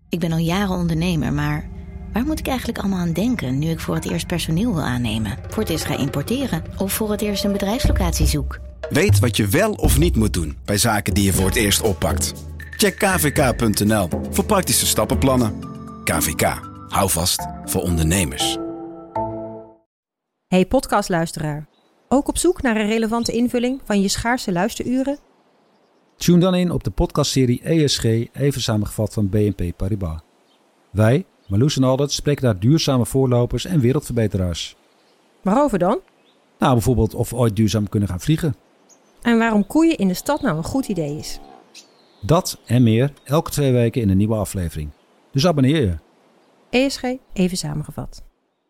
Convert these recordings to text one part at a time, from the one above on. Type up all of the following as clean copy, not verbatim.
Ik ben al jaren ondernemer, maar waar moet ik eigenlijk allemaal aan denken nu ik voor het eerst personeel wil aannemen, voor het eerst ga importeren of voor het eerst een bedrijfslocatie zoek? Weet wat je wel of niet moet doen bij zaken die je voor het eerst oppakt. Check kvk.nl voor praktische stappenplannen. KVK, hou vast voor ondernemers. Hey podcastluisteraar, ook op zoek naar een relevante invulling van je schaarse luisteruren? Tune dan in op de podcastserie ESG, even samengevat van BNP Paribas. Wij, Marloes en Aldert, spreken daar duurzame voorlopers en wereldverbeteraars. Waarover dan? Nou, bijvoorbeeld of we ooit duurzaam kunnen gaan vliegen. En waarom koeien in de stad nou een goed idee is? Dat en meer elke 2 weken in een nieuwe aflevering. Dus abonneer je. ESG, even samengevat.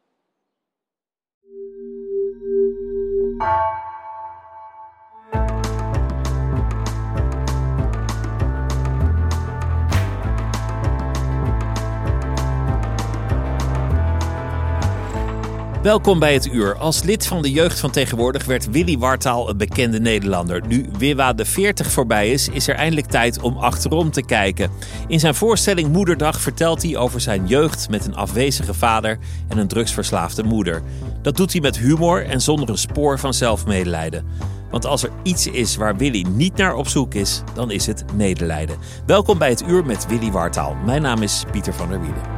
Welkom bij het uur. Als lid van de jeugd van tegenwoordig werd Willy Wartaal een bekende Nederlander. Nu Wimwa de 40 voorbij is er eindelijk tijd om achterom te kijken. In zijn voorstelling Moederdag vertelt hij over zijn jeugd met een afwezige vader en een drugsverslaafde moeder. Dat doet hij met humor en zonder een spoor van zelfmedelijden. Want als er iets is waar Willy niet naar op zoek is, dan is het medelijden. Welkom bij het uur met Willy Wartaal. Mijn naam is Pieter van der Wielen.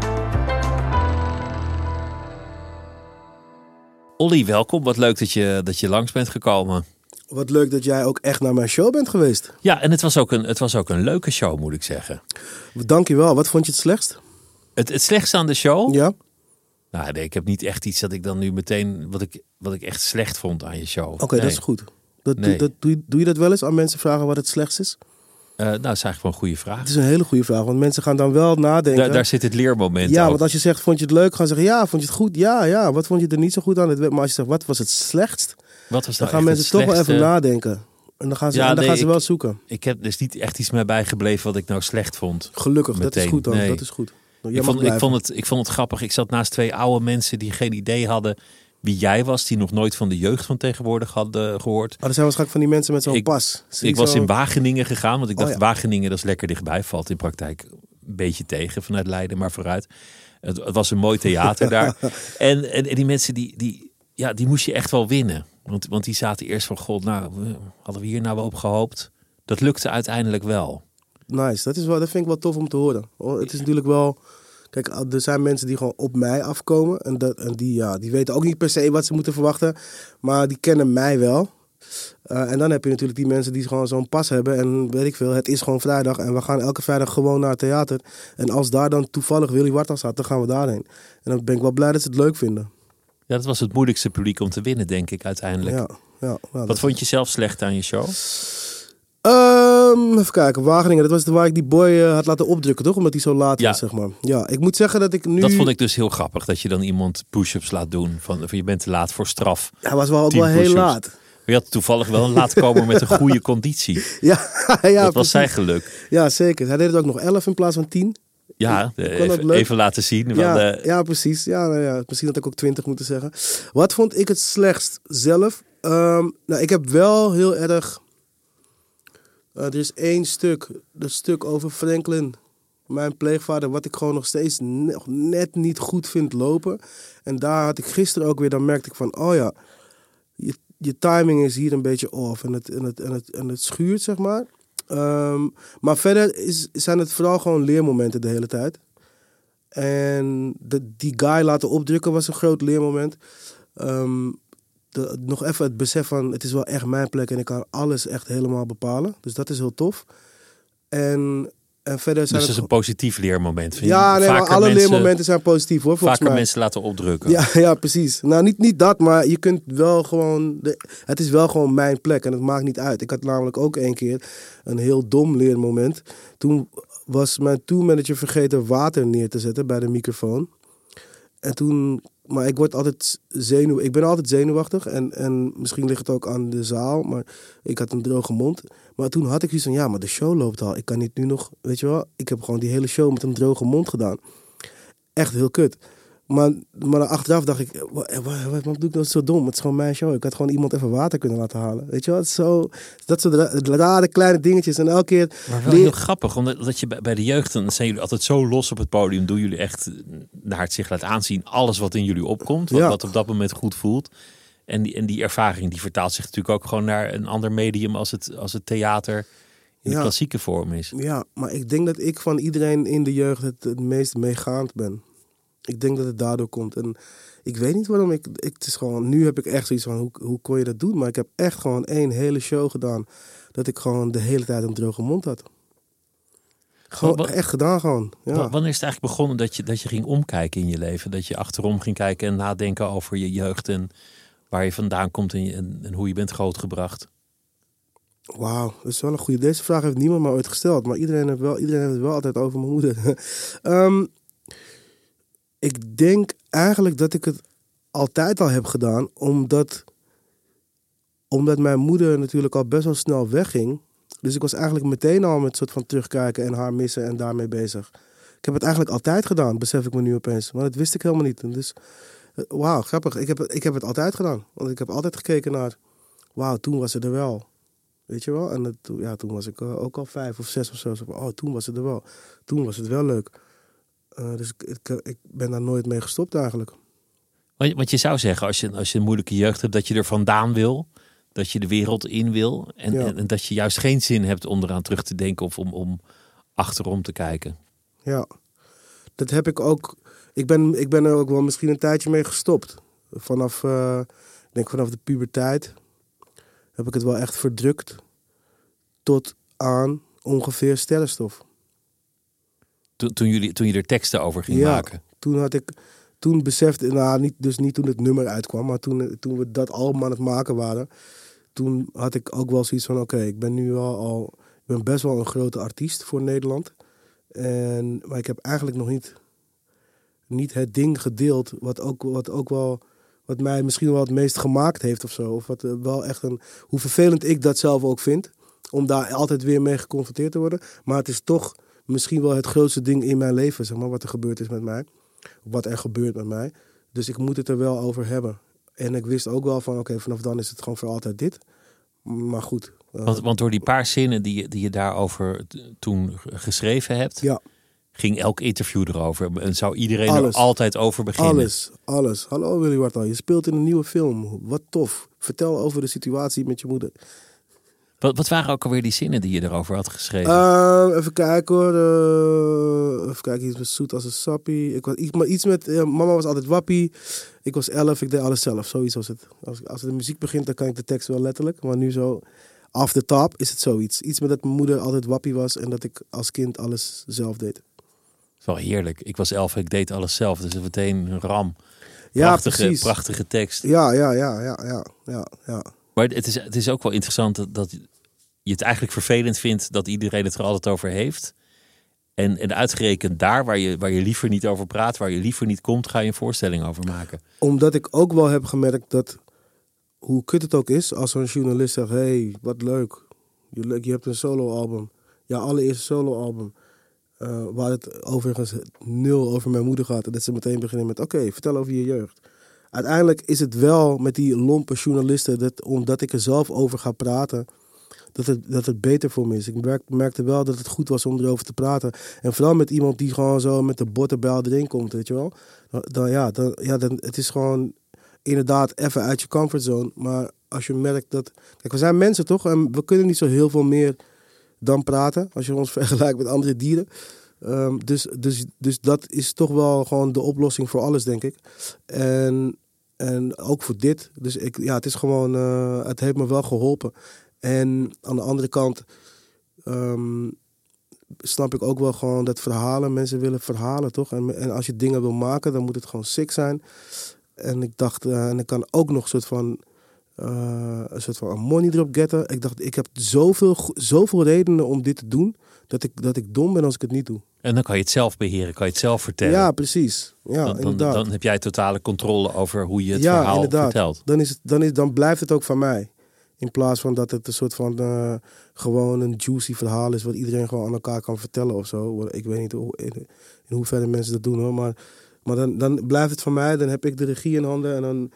Olly, welkom. Wat leuk dat je langs bent gekomen. Wat leuk dat jij ook echt naar mijn show bent geweest. Ja, en het was ook een leuke show, moet ik zeggen. Dank je wel. Wat vond je het slechtst? Het slechtste aan de show? Ja. Nou, nee, ik heb niet echt iets dat ik dan nu meteen wat ik echt slecht vond aan je show. Oké, dat is goed. Doe je dat wel eens aan mensen vragen wat het slechtst is? Nou, dat is eigenlijk wel een goede vraag. Het is een hele goede vraag, want mensen gaan dan wel nadenken. Daar zit het leermoment Ja, ook. want als je zegt, vond je het leuk? Gaan ze zeggen, ja, vond je het goed? Ja, wat vond je er niet zo goed aan? Maar als je zegt, wat was het slechtst? Wat was dan nou gaan echt mensen toch wel even nadenken. En dan gaan ze, wel zoeken. Ik heb dus niet echt iets meer bijgebleven wat ik nou slecht vond. Gelukkig, meteen. Dat is goed dan. Nee. Dat is goed. Ik vond het grappig. Ik zat naast 2 oude mensen die geen idee hadden wie jij was, die nog nooit van de jeugd van tegenwoordig hadden gehoord. Dat zijn waarschijnlijk van die mensen met zo'n pas. Ik was in Wageningen gegaan, want ik dacht Wageningen, dat is lekker dichtbij. Valt in praktijk een beetje tegen vanuit Leiden, maar vooruit. Het was een mooi theater daar. En die mensen, die moest je echt wel winnen. Want die zaten eerst van, god, nou, hadden we hier nou wel op gehoopt? Dat lukte uiteindelijk wel. Nice, dat vind ik wel tof om te horen. Het is natuurlijk wel... Kijk, er zijn mensen die gewoon op mij afkomen. En die weten ook niet per se wat ze moeten verwachten. Maar die kennen mij wel. En dan heb je natuurlijk die mensen die gewoon zo'n pas hebben. En weet ik veel, het is gewoon vrijdag. En we gaan elke vrijdag gewoon naar het theater. En als daar dan toevallig Willy Wartaal staat, dan gaan we daarheen. En dan ben ik wel blij dat ze het leuk vinden. Ja, dat was het moeilijkste publiek om te winnen, denk ik, uiteindelijk. Ja, wat vond je zelf slecht aan je show? Even kijken, Wageningen, dat was waar ik die boy had laten opdrukken, toch? Omdat hij zo laat was, zeg maar. Ja, ik moet zeggen dat ik nu... Dat vond ik dus heel grappig, dat je dan iemand push-ups laat doen. Van je bent te laat voor straf. Hij was wel ook wel heel laat. Maar je had toevallig wel een laatkomer met een goede conditie. Ja, dat was zijn geluk. Ja, zeker. Hij deed het ook nog 11 in plaats van 10. Ja, even laten zien. Ja, precies. Ja, misschien had ik ook 20 moeten zeggen. Wat vond ik het slechtst zelf? Ik heb wel heel erg... er is 1 stuk, dat stuk over Franklin, mijn pleegvader, wat ik gewoon nog steeds net niet goed vind lopen. En daar had ik gisteren ook weer, dan merkte ik van, oh ja, je timing is hier een beetje off en het schuurt, zeg maar. Maar verder zijn het vooral gewoon leermomenten de hele tijd. En die guy laten opdrukken was een groot leermoment. Nog even het besef van, het is wel echt mijn plek en ik kan alles echt helemaal bepalen. Dus dat is heel tof. En verder zijn dus het is een positief leermoment. Maar alle leermomenten zijn positief, hoor, volgens vaker mij. Mensen laten opdrukken. Ja, precies. Nou, niet dat, maar je kunt wel gewoon... Het is wel gewoon mijn plek en het maakt niet uit. Ik had namelijk ook 1 keer een heel dom leermoment. Toen was mijn tourmanager vergeten water neer te zetten bij de microfoon. En toen... Maar ik ben altijd zenuwachtig en misschien ligt het ook aan de zaal, maar ik had een droge mond. Maar toen had ik zoiets van, maar de show loopt al. Ik kan niet nu nog, weet je wel, ik heb gewoon die hele show met een droge mond gedaan. Echt heel kut. Maar achteraf dacht ik, wat doe ik nou zo dom? Het is gewoon mijn show. Ik had gewoon iemand even water kunnen laten halen. Weet je wel? Dat soort rare kleine dingetjes. En elke keer... Maar wel heel grappig, omdat je bij de jeugd, dan zijn jullie altijd zo los op het podium. Doen jullie echt naar het zich laat aanzien alles wat in jullie opkomt. Wat op dat moment goed voelt. En die ervaring die vertaalt zich natuurlijk ook gewoon naar een ander medium als het theater in de klassieke vorm is. Ja, maar ik denk dat ik van iedereen in de jeugd het meest meegaand ben. Ik denk dat het daardoor komt. En ik weet niet waarom. Het is gewoon, nu heb ik echt zoiets van, hoe kon je dat doen? Maar ik heb echt gewoon 1 hele show gedaan. Dat ik gewoon de hele tijd een droge mond had. Gewoon echt gedaan gewoon. Ja. Wanneer is het eigenlijk begonnen dat je ging omkijken in je leven? Dat je achterom ging kijken en nadenken over je jeugd en waar je vandaan komt en hoe je bent grootgebracht? Wauw, dat is wel een goede. Deze vraag heeft niemand me ooit gesteld. Maar iedereen heeft het wel altijd over mijn moeder. Ik denk eigenlijk dat ik het altijd al heb gedaan. Omdat mijn moeder natuurlijk al best wel snel wegging. Dus ik was eigenlijk meteen al met een soort van terugkijken en haar missen en daarmee bezig. Ik heb het eigenlijk altijd gedaan, besef ik me nu opeens. Maar dat wist ik helemaal niet. Dus wauw, grappig. Ik heb het altijd gedaan. Want ik heb altijd gekeken naar, wauw, toen was het er wel. Weet je wel? En toen was ik ook al 5 of 6 of zo. Oh, toen was het er wel. Toen was het wel leuk. Dus ik ben daar nooit mee gestopt eigenlijk. Want je zou zeggen, als je een moeilijke jeugd hebt, dat je er vandaan wil. Dat je de wereld in wil. En dat je juist geen zin hebt om eraan terug te denken of om achterom te kijken. Ja, dat heb ik ook. Ik ben er ook wel misschien een tijdje mee gestopt. Vanaf de puberteit heb ik het wel echt verdrukt. Tot aan ongeveer Sterrenstof. Toen je er teksten over ging maken? Toen besefte, niet toen het nummer uitkwam, maar toen we dat album aan het maken waren, toen had ik ook wel zoiets van, oké, ik ben nu ik ben best wel een grote artiest voor Nederland. Maar ik heb eigenlijk nog niet het ding gedeeld wat mij misschien wel het meest gemaakt heeft of zo. Of wat wel echt hoe vervelend ik dat zelf ook vind, om daar altijd weer mee geconfronteerd te worden. Maar het is toch misschien wel het grootste ding in mijn leven, zeg maar, wat er gebeurd is met mij. Wat er gebeurt met mij. Dus ik moet het er wel over hebben. En ik wist ook wel van, oké, vanaf dan is het gewoon voor altijd dit. Maar goed. Want door die paar zinnen die je daarover toen geschreven hebt, ging elk interview erover. En zou iedereen er altijd over beginnen? Alles. Hallo Willy Wartaal, je speelt in een nieuwe film. Wat tof. Vertel over de situatie met je moeder. Wat waren ook alweer die zinnen die je erover had geschreven? Even kijken hoor. Even kijken, iets met zoet als een sappie. Iets met, mama was altijd wappie. Ik was 11, ik deed alles zelf. Zoiets was het. Als de muziek begint, dan kan ik de tekst wel letterlijk. Maar nu zo, off the top, is het zoiets. Iets met dat mijn moeder altijd wappie was en dat ik als kind alles zelf deed. Dat is wel heerlijk. Ik was 11, ik deed alles zelf. Dus meteen een ram. Prachtige tekst. Ja. Maar het is ook wel interessant dat je het eigenlijk vervelend vindt dat iedereen het er altijd over heeft. En uitgerekend daar, waar je liever niet over praat, waar je liever niet komt, ga je een voorstelling over maken. Omdat ik ook wel heb gemerkt dat, hoe kut het ook is, als zo'n journalist zegt, hey, wat leuk. Je hebt een soloalbum. Ja, allereerste soloalbum. Waar het overigens 0 over mijn moeder gaat. En dat ze meteen beginnen met, oké, vertel over je jeugd. Uiteindelijk is het wel met die lompe journalisten, omdat ik er zelf over ga praten, dat het beter voor me is. Ik merkte wel dat het goed was om erover te praten. En vooral met iemand die gewoon zo met de bottenbel erin komt, weet je wel. Dan het is gewoon inderdaad even uit je comfortzone. Maar als je merkt dat... Kijk, we zijn mensen toch? En we kunnen niet zo heel veel meer dan praten, als je ons vergelijkt met andere dieren. Dus dat is toch wel gewoon de oplossing voor alles, denk ik. En ook voor dit. Dus het is gewoon... het heeft me wel geholpen. En aan de andere kant snap ik ook wel gewoon dat mensen willen verhalen, toch? En als je dingen wil maken, dan moet het gewoon sick zijn. En ik dacht, en ik kan ook nog een soort van een money drop getten. Ik dacht, ik heb zoveel redenen om dit te doen, dat ik dom ben als ik het niet doe. En dan kan je het zelf beheren, kan je het zelf vertellen. Ja, precies. Ja, dan heb jij totale controle over hoe je het verhaal vertelt. Dan blijft het ook van mij. In plaats van dat het een soort van gewoon een juicy verhaal is wat iedereen gewoon aan elkaar kan vertellen of zo. Ik weet niet in hoeverre mensen dat doen hoor. Maar Maar dan blijft het van mij, dan heb ik de regie in handen. En dan,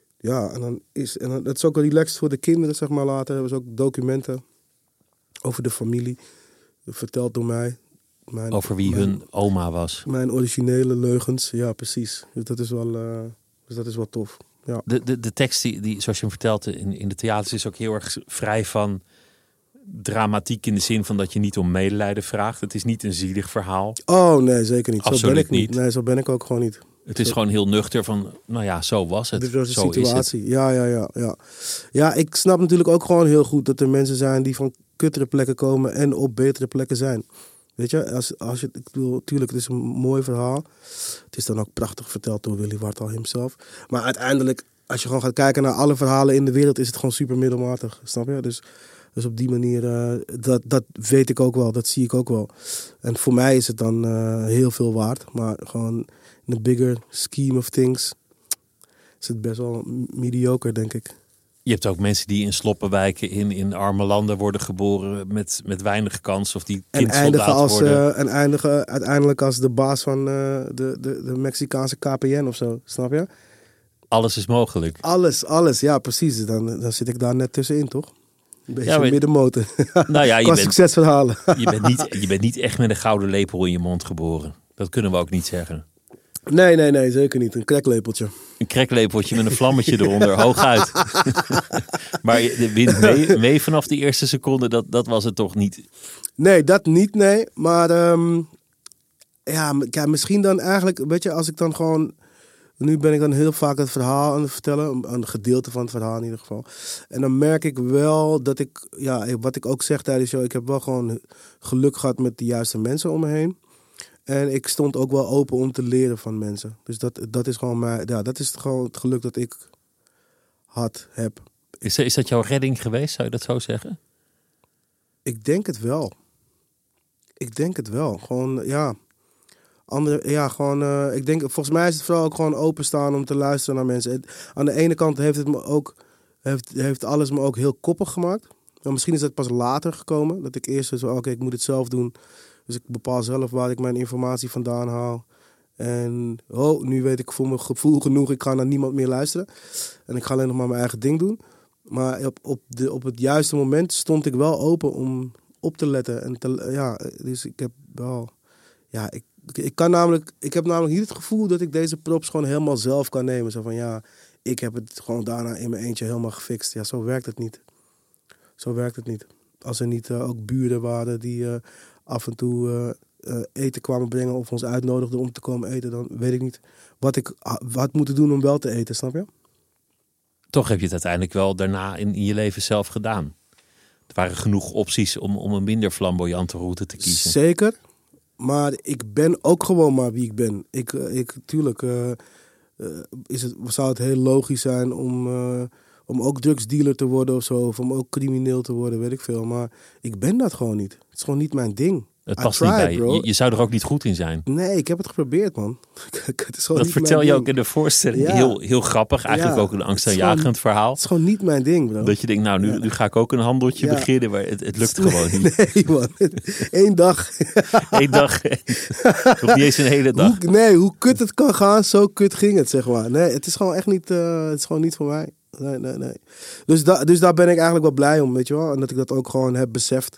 het is ook wel relaxed voor de kinderen, zeg maar. Later hebben ze ook documenten over de familie. Verteld door mij. Over wie hun oma was. Mijn originele leugens, ja precies. Dus dat is wel tof. Ja. De tekst die zoals je hem vertelt in de theaters is ook heel erg vrij van dramatiek in de zin van dat je niet om medelijden vraagt. Het is niet een zielig verhaal. Oh nee, zeker niet. Absoluut zo ben ik niet. Nee, zo ben ik ook gewoon niet. Het is gewoon heel nuchter van, nou ja, zo was het. Dit was de zo situatie. Is het. Ja. Ja, ik snap natuurlijk ook gewoon heel goed dat er mensen zijn die van kuttere plekken komen en op betere plekken zijn. Weet je, als je, ik bedoel, tuurlijk, het is een mooi verhaal. Het is dan ook prachtig verteld door Willy Wartaal himself. Maar uiteindelijk, als je gewoon gaat kijken naar alle verhalen in de wereld, is het gewoon super middelmatig. Snap je? Dus op die manier, dat weet ik ook wel, dat zie ik ook wel. En voor mij is het dan heel veel waard. Maar gewoon in the bigger scheme of things is het best wel mediocre, denk ik. Je hebt ook mensen die in sloppenwijken in arme landen worden geboren met weinig kans. Of die kindsoldaat worden. En eindigen uiteindelijk als de baas van de Mexicaanse KPN of zo. Snap je? Alles is mogelijk. Alles. Ja, precies. Dan zit ik daar net tussenin, toch? Een beetje middenmotor. Nou ja, qua succesverhalen. Je bent niet echt met een gouden lepel in je mond geboren. Dat kunnen we ook niet zeggen. Nee, zeker niet. Een kreklepeltje. Een kreklepeltje met een vlammetje eronder, hooguit. Maar de wint mee vanaf de eerste seconde, dat was het toch niet? Nee, dat niet, nee. Maar misschien dan eigenlijk, weet je, als ik dan gewoon... Nu ben ik dan heel vaak het verhaal aan het vertellen. Een gedeelte van het verhaal in ieder geval. En dan merk ik wel dat ik... Ja, wat ik ook zeg tijdens de show... Ik heb wel gewoon geluk gehad met de juiste mensen om me heen. En ik stond ook wel open om te leren van mensen. Dus dat is gewoon dat is gewoon het geluk dat ik heb. Is dat jouw redding geweest? Zou je dat zo zeggen? Ik denk het wel. Gewoon, ja... ik denk, volgens mij is het vooral ook gewoon openstaan om te luisteren naar mensen. Aan de ene kant heeft alles me ook heel koppig gemaakt. Maar misschien is dat pas later gekomen. Dat ik eerst zo, oké, ik moet het zelf doen. Dus ik bepaal zelf waar ik mijn informatie vandaan haal. En nu weet ik voor mijn gevoel genoeg, ik ga naar niemand meer luisteren. En ik ga alleen nog maar mijn eigen ding doen. Maar op het juiste moment stond ik wel open om op te letten. En dus ik heb wel... Ja, ik heb namelijk niet het gevoel dat ik deze props gewoon helemaal zelf kan nemen. Zo van ik heb het gewoon daarna in mijn eentje helemaal gefixt. Ja, zo werkt het niet. Als er niet ook buren waren die af en toe eten kwamen brengen of ons uitnodigden om te komen eten, dan weet ik niet wat ik had moeten doen om wel te eten, snap je? Toch heb je het uiteindelijk wel daarna in je leven zelf gedaan. Er waren genoeg opties om een minder flamboyante route te kiezen. Zeker. Maar ik ben ook gewoon maar wie ik ben. Tuurlijk zou het heel logisch zijn om ook drugsdealer te worden of zo. Of om ook crimineel te worden, weet ik veel. Maar ik ben dat gewoon niet. Het is gewoon niet mijn ding. Het past niet bij je. Je zou er ook niet goed in zijn. Nee, ik heb het geprobeerd, man. Het is dat vertel je ook in de voorstelling. Ja. Heel grappig. Eigenlijk ook een angstaanjagend verhaal. Het is gewoon niet mijn ding, bro. Dat je denkt, nu ga ik ook een handeltje beginnen. Maar het lukt gewoon niet. Nee, man. Eén dag. Eén dag. Nog niet eens een hele dag. Hoe kut het kan gaan, zo kut ging het, zeg maar. Nee, het is gewoon echt niet... het is gewoon niet voor mij. Nee. Dus daar ben ik eigenlijk wel blij om, weet je wel. En dat ik dat ook gewoon heb beseft.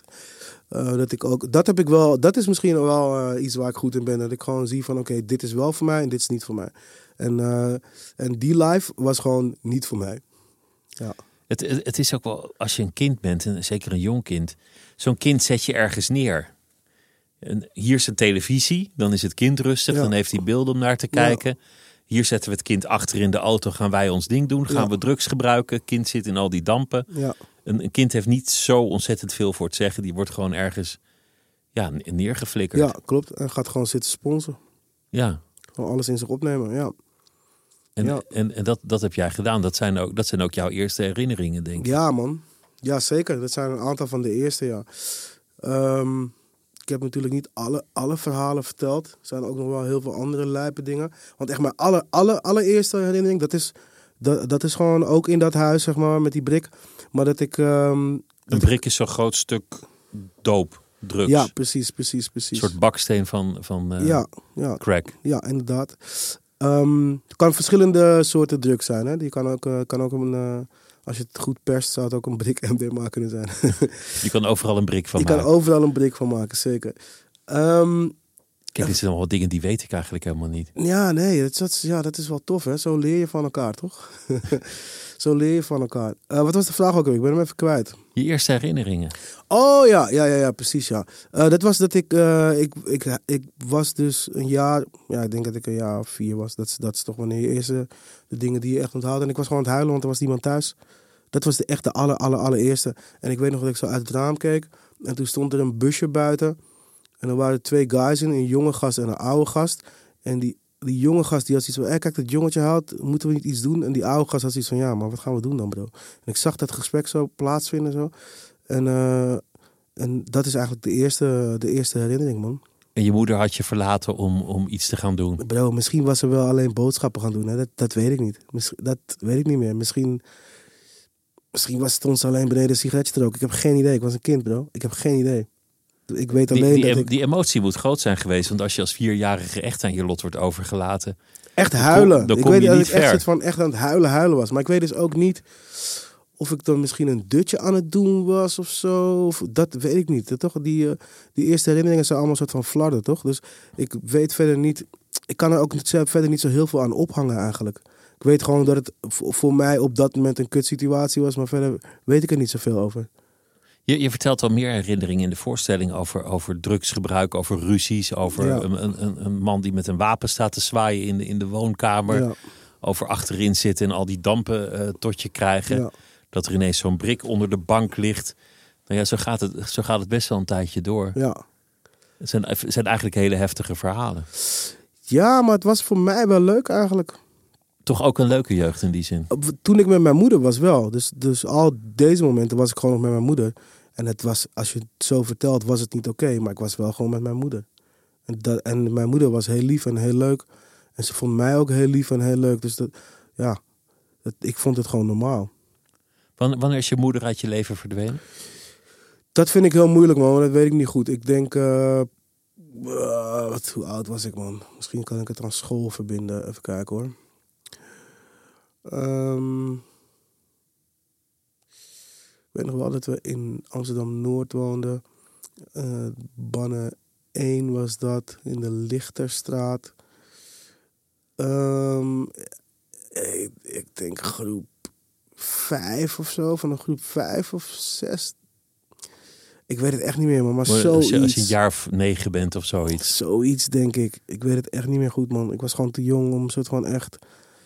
Dat is misschien wel iets waar ik goed in ben. Dat ik gewoon zie van oké, dit is wel voor mij en dit is niet voor mij. En die life was gewoon niet voor mij. Ja. Het is ook wel, als je een kind bent, en zeker een jong kind, zo'n kind zet je ergens neer. En hier is een televisie, dan is het kind rustig, dan heeft hij beelden om naar te kijken. Ja. Hier zetten we het kind achter in de auto, gaan wij ons ding doen, gaan we drugs gebruiken. Kind zit in al die dampen. Ja. Een kind heeft niet zo ontzettend veel voor het zeggen. Die wordt gewoon ergens neergeflikkerd. Ja, klopt. En gaat gewoon zitten sponsoren. Ja. Gewoon alles in zich opnemen, ja. En dat heb jij gedaan. Dat zijn ook jouw eerste herinneringen, denk ik. Ja, man. Ja, zeker. Dat zijn een aantal van de eerste, ja. Ik heb natuurlijk niet alle verhalen verteld. Er zijn ook nog wel heel veel andere lijpe dingen. Want echt mijn allereerste herinnering, dat is gewoon ook in dat huis, zeg maar, met die brik. Maar dat ik... een brik is zo'n groot stuk doop. drugs. Ja, precies. Een soort baksteen van crack. Ja, inderdaad. Het kan verschillende soorten drugs zijn. Hè? Die kan ook een... als je het goed perst, zou het ook een brik MDMA kunnen zijn. Je kan overal een brik van Je maken. kan overal een brik van maken, zeker. Kijk, dit zijn allemaal dingen die weet ik eigenlijk helemaal niet. Ja, nee, dat is wel tof, hè? Zo leer je van elkaar, toch? Zo leer je van elkaar. Wat was de vraag ook weer? Ik ben hem even kwijt. Je eerste herinneringen. Oh ja, precies, ja. Dat was dat ik was dus een jaar... Ja, ik denk dat ik een jaar of 4 was. Dat is toch wanneer je eerste de dingen die je echt onthoudt. En ik was gewoon aan het huilen, want er was niemand thuis. Dat was de allereerste. En ik weet nog dat ik zo uit het raam keek. En toen stond er een busje buiten. En er waren 2 guys in, een jonge gast en een oude gast. En die jonge gast die had zoiets van, kijk, dat jongetje houdt, moeten we niet iets doen? En die oude gast had zoiets van, ja, maar wat gaan we doen dan, bro? En ik zag dat gesprek zo plaatsvinden zo. En dat is eigenlijk de eerste herinnering, man. En je moeder had je verlaten om iets te gaan doen. Bro, misschien was ze wel alleen boodschappen gaan doen. Hè? Dat weet ik niet. Dat weet ik niet meer. Misschien stond ze alleen beneden een sigaretje te roken. Ik heb geen idee. Ik was een kind, bro. Ik heb geen idee. Ik weet alleen die emotie moet groot zijn geweest. Want als je als 4-jarige echt aan je lot wordt overgelaten... Echt huilen. Dan ik kom weet je dat niet ik ver. echt aan het huilen was. Maar ik weet dus ook niet of ik dan misschien een dutje aan het doen was of zo. Dat weet ik niet. Toch? Die eerste herinneringen zijn allemaal een soort van flarden, toch? Dus ik weet verder niet... Ik kan er ook verder niet zo heel veel aan ophangen eigenlijk. Ik weet gewoon dat het voor mij op dat moment een kutsituatie was. Maar verder weet ik er niet zoveel over. Je vertelt al meer herinneringen in de voorstelling over drugsgebruik, over ruzies, over een man die met een wapen staat te zwaaien in de woonkamer. Ja. Over achterin zitten en al die dampen tot je krijgen. Ja. Dat er ineens zo'n brik onder de bank ligt. Nou ja, zo gaat het best wel een tijdje door. Ja. Het zijn eigenlijk hele heftige verhalen. Ja, maar het was voor mij wel leuk eigenlijk. Toch ook een leuke jeugd in die zin? Toen ik met mijn moeder was wel. Dus al deze momenten was ik gewoon nog met mijn moeder. En het was, als je het zo vertelt, was het niet oké. Maar ik was wel gewoon met mijn moeder. En mijn moeder was heel lief en heel leuk. En ze vond mij ook heel lief en heel leuk. Dus ik vond het gewoon normaal. Wanneer is je moeder uit je leven verdwenen? Dat vind ik heel moeilijk, man. Dat weet ik niet goed. Ik denk... hoe oud was ik, man? Misschien kan ik het aan school verbinden. Even kijken, hoor. Ik weet nog wel dat we in Amsterdam-Noord woonden. Banne 1 was dat, in de Lichterstraat. Ik denk groep 5 of zo, van een groep 5 of 6. Ik weet het echt niet meer, maar zoiets. Als je een jaar of 9 bent of zoiets. Zoiets, denk ik. Ik weet het echt niet meer goed, man. Ik was gewoon te jong om soort van echt...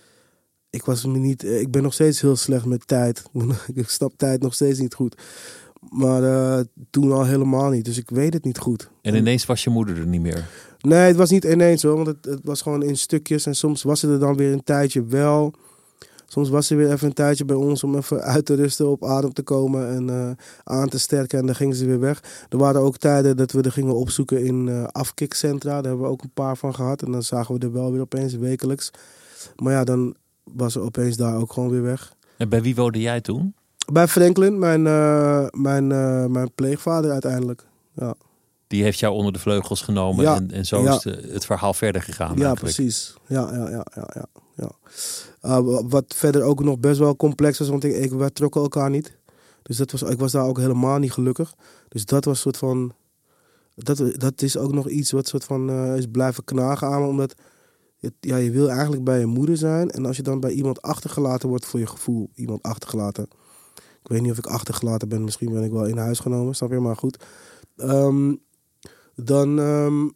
Ik ben nog steeds heel slecht met tijd. Ik snap tijd nog steeds niet goed. Maar toen al helemaal niet. Dus ik weet het niet goed. En ineens was je moeder er niet meer? Nee, het was niet ineens hoor. Want het was gewoon in stukjes. En soms was ze er dan weer een tijdje wel. Soms was ze weer even een tijdje bij ons om even uit te rusten, op adem te komen en aan te sterken. En dan gingen ze weer weg. Er waren ook tijden dat we er gingen opzoeken in afkikcentra. Daar hebben we ook een paar van gehad. En dan zagen we er wel weer opeens wekelijks. Maar ja, dan was ze opeens daar ook gewoon weer weg. En bij wie woonde jij toen? Bij Franklin, mijn pleegvader uiteindelijk. Ja. Die heeft jou onder de vleugels genomen en zo is het verhaal verder gegaan. Ja, eigenlijk. Precies. Ja. Wat verder ook nog best wel complex was, want wij trokken elkaar niet. Dus ik was daar ook helemaal niet gelukkig. Dus dat was soort van... Dat is ook nog iets wat soort van is blijven knagen aan me, omdat... je wil eigenlijk bij je moeder zijn. En als je dan bij iemand achtergelaten wordt, voor je gevoel iemand achtergelaten. Ik weet niet of ik achtergelaten ben. Misschien ben ik wel in huis genomen. Snap je? Maar goed. Dan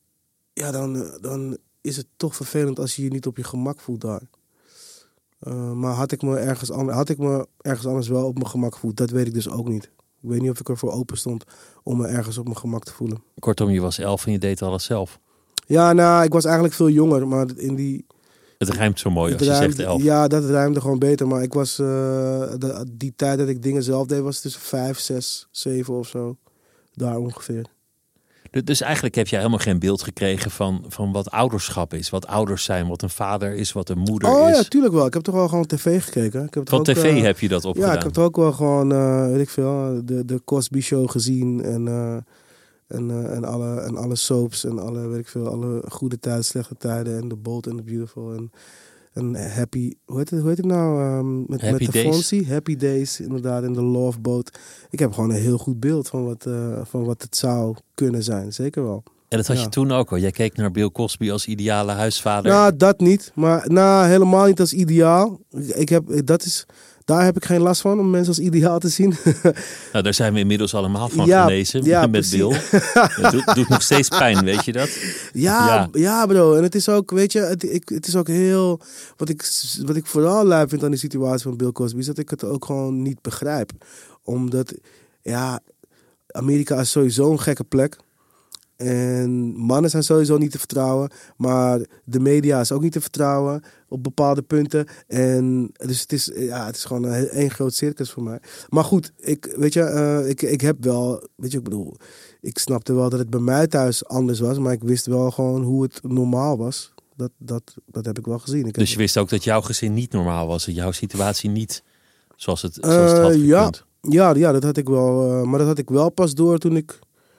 is het toch vervelend als je je niet op je gemak voelt daar. Maar had ik me ergens anders wel op mijn gemak gevoeld? Dat weet ik dus ook niet. Ik weet niet of ik ervoor open stond om me ergens op mijn gemak te voelen. Kortom, je was 11 en je deed alles zelf. Ja, nou, ik was eigenlijk veel jonger, maar in die... Het rijmt zo mooi als je zegt 11. Ja, dat rijmde gewoon beter, maar ik was... die tijd dat ik dingen zelf deed was tussen 5, 6, 7 of zo. Daar ongeveer. Dus eigenlijk heb jij helemaal geen beeld gekregen van wat ouderschap is. Wat ouders zijn, wat een vader is, wat een moeder is. Oh ja, tuurlijk wel. Ik heb toch wel gewoon tv gekeken. Van tv heb je dat opgedaan? Ja, ik heb toch ook wel gewoon, weet ik veel, de Cosby Show gezien. En alle soaps en alle, weet ik veel, alle goede tijden, slechte tijden. En The Bold and the Beautiful. En Happy, hoe heet het nou? Met de Fonzie. Happy Days, inderdaad. En The Love Boat. Ik heb gewoon een heel goed beeld van wat het zou kunnen zijn. Zeker wel. En dat had je toen ook al. Jij keek naar Bill Cosby als ideale huisvader. Nou, dat niet. Maar helemaal niet als ideaal. Daar heb ik geen last van om mensen als ideaal te zien. Nou, daar zijn we inmiddels allemaal van genezen met Bill. Het doet nog steeds pijn, weet je dat? Ja, bro. En het is ook, weet je, het is ook heel... Wat ik vooral lui vind aan die situatie van Bill Cosby is dat ik het ook gewoon niet begrijp. Omdat, Amerika is sowieso een gekke plek. En mannen zijn sowieso niet te vertrouwen. Maar de media is ook niet te vertrouwen op bepaalde punten. En dus het is gewoon één groot circus voor mij. Maar goed, ik heb wel... Weet je, ik bedoel... Ik snapte wel dat het bij mij thuis anders was. Maar ik wist wel gewoon hoe het normaal was. Dat heb ik wel gezien. Dus je wist ook dat jouw gezin niet normaal was. En jouw situatie niet zoals het had gekund. Ja, dat had ik wel. Maar dat had ik wel pas door toen ik...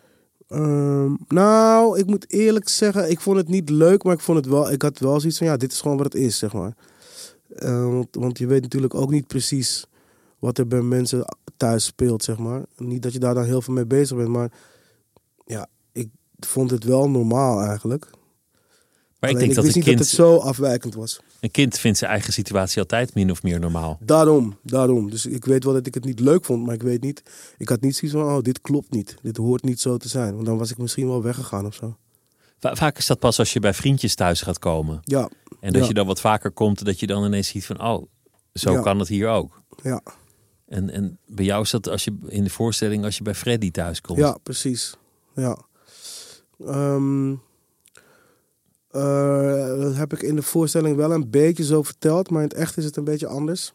ik moet eerlijk zeggen, ik vond het niet leuk, maar ik had wel zoiets van, dit is gewoon wat het is, zeg maar. Want je weet natuurlijk ook niet precies wat er bij mensen thuis speelt, zeg maar. Niet dat je daar dan heel veel mee bezig bent, maar ik vond het wel normaal eigenlijk. Maar ik denk dat wist niet dat het zo afwijkend was. Een kind vindt zijn eigen situatie altijd min of meer normaal. Daarom. Dus ik weet wel dat ik het niet leuk vond, maar ik had niet zoiets van, dit klopt niet. Dit hoort niet zo te zijn. Want dan was ik misschien wel weggegaan of zo. Vaak is dat pas als je bij vriendjes thuis gaat komen. Ja. En dat je dan wat vaker komt, dat je dan ineens ziet van, zo kan het hier ook. Ja. En bij jou is dat als je in de voorstelling, als je bij Freddy thuis komt. Ja, precies. Ja. Dat heb ik in de voorstelling wel een beetje zo verteld, maar in het echt is het een beetje anders.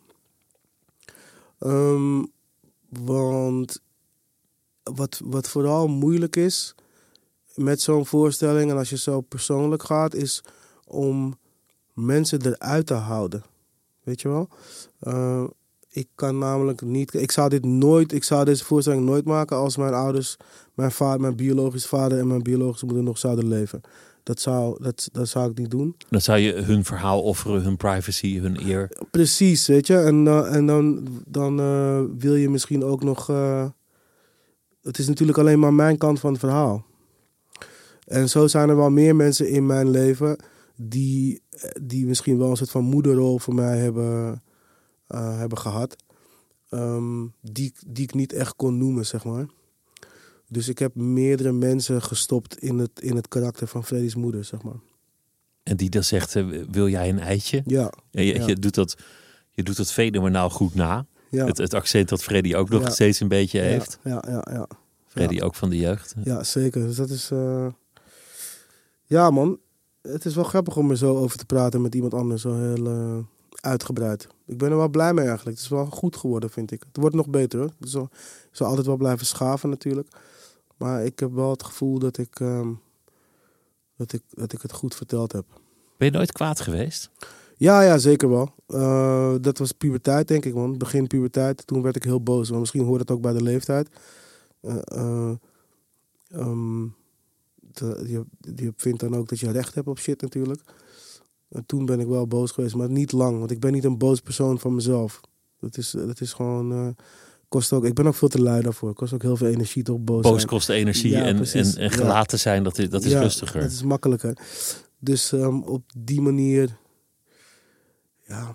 Want wat vooral moeilijk is met zo'n voorstelling, en als je zo persoonlijk gaat, is om mensen eruit te houden. Weet je wel? Ik kan namelijk niet... Ik zou deze voorstelling nooit maken als mijn ouders, mijn biologische vader en mijn biologische moeder nog zouden leven. Dat zou ik niet doen. Dan zou je hun verhaal offeren, hun privacy, hun eer. Precies, weet je. En dan wil je misschien ook nog... het is natuurlijk alleen maar mijn kant van het verhaal. En zo zijn er wel meer mensen in mijn leven die misschien wel een soort van moederrol voor mij hebben gehad. Die ik niet echt kon noemen, zeg maar. Dus ik heb meerdere mensen gestopt in het karakter van Freddy's moeder, zeg maar. En die dan zegt, wil jij een eitje? Ja. Je doet dat fenomenaal goed na. Ja. Het accent dat Freddy ook nog steeds een beetje heeft. Ja. Freddy ook van de jeugd. Ja, zeker. Dus dat is... Ja, man. Het is wel grappig om er zo over te praten met iemand anders. Zo heel uitgebreid. Ik ben er wel blij mee eigenlijk. Het is wel goed geworden, vind ik. Het wordt nog beter, hoor. Het zal altijd wel blijven schaven natuurlijk. Maar ik heb wel het gevoel dat ik het goed verteld heb. Ben je nooit kwaad geweest? Ja, zeker wel. Dat was puberteit, denk ik, man. Begin puberteit. Toen werd ik heel boos. Maar misschien hoort het ook bij de leeftijd. Je vindt dan ook dat je recht hebt op shit natuurlijk. En toen ben ik wel boos geweest, maar niet lang. Want ik ben niet een boos persoon van mezelf. Dat is gewoon... kost ook, ik ben ook veel te lui daarvoor. Kost ook heel veel energie toch boos zijn. Boos kost energie en gelaten zijn, dat is rustiger. Dat is makkelijker. Dus op die manier... Ja...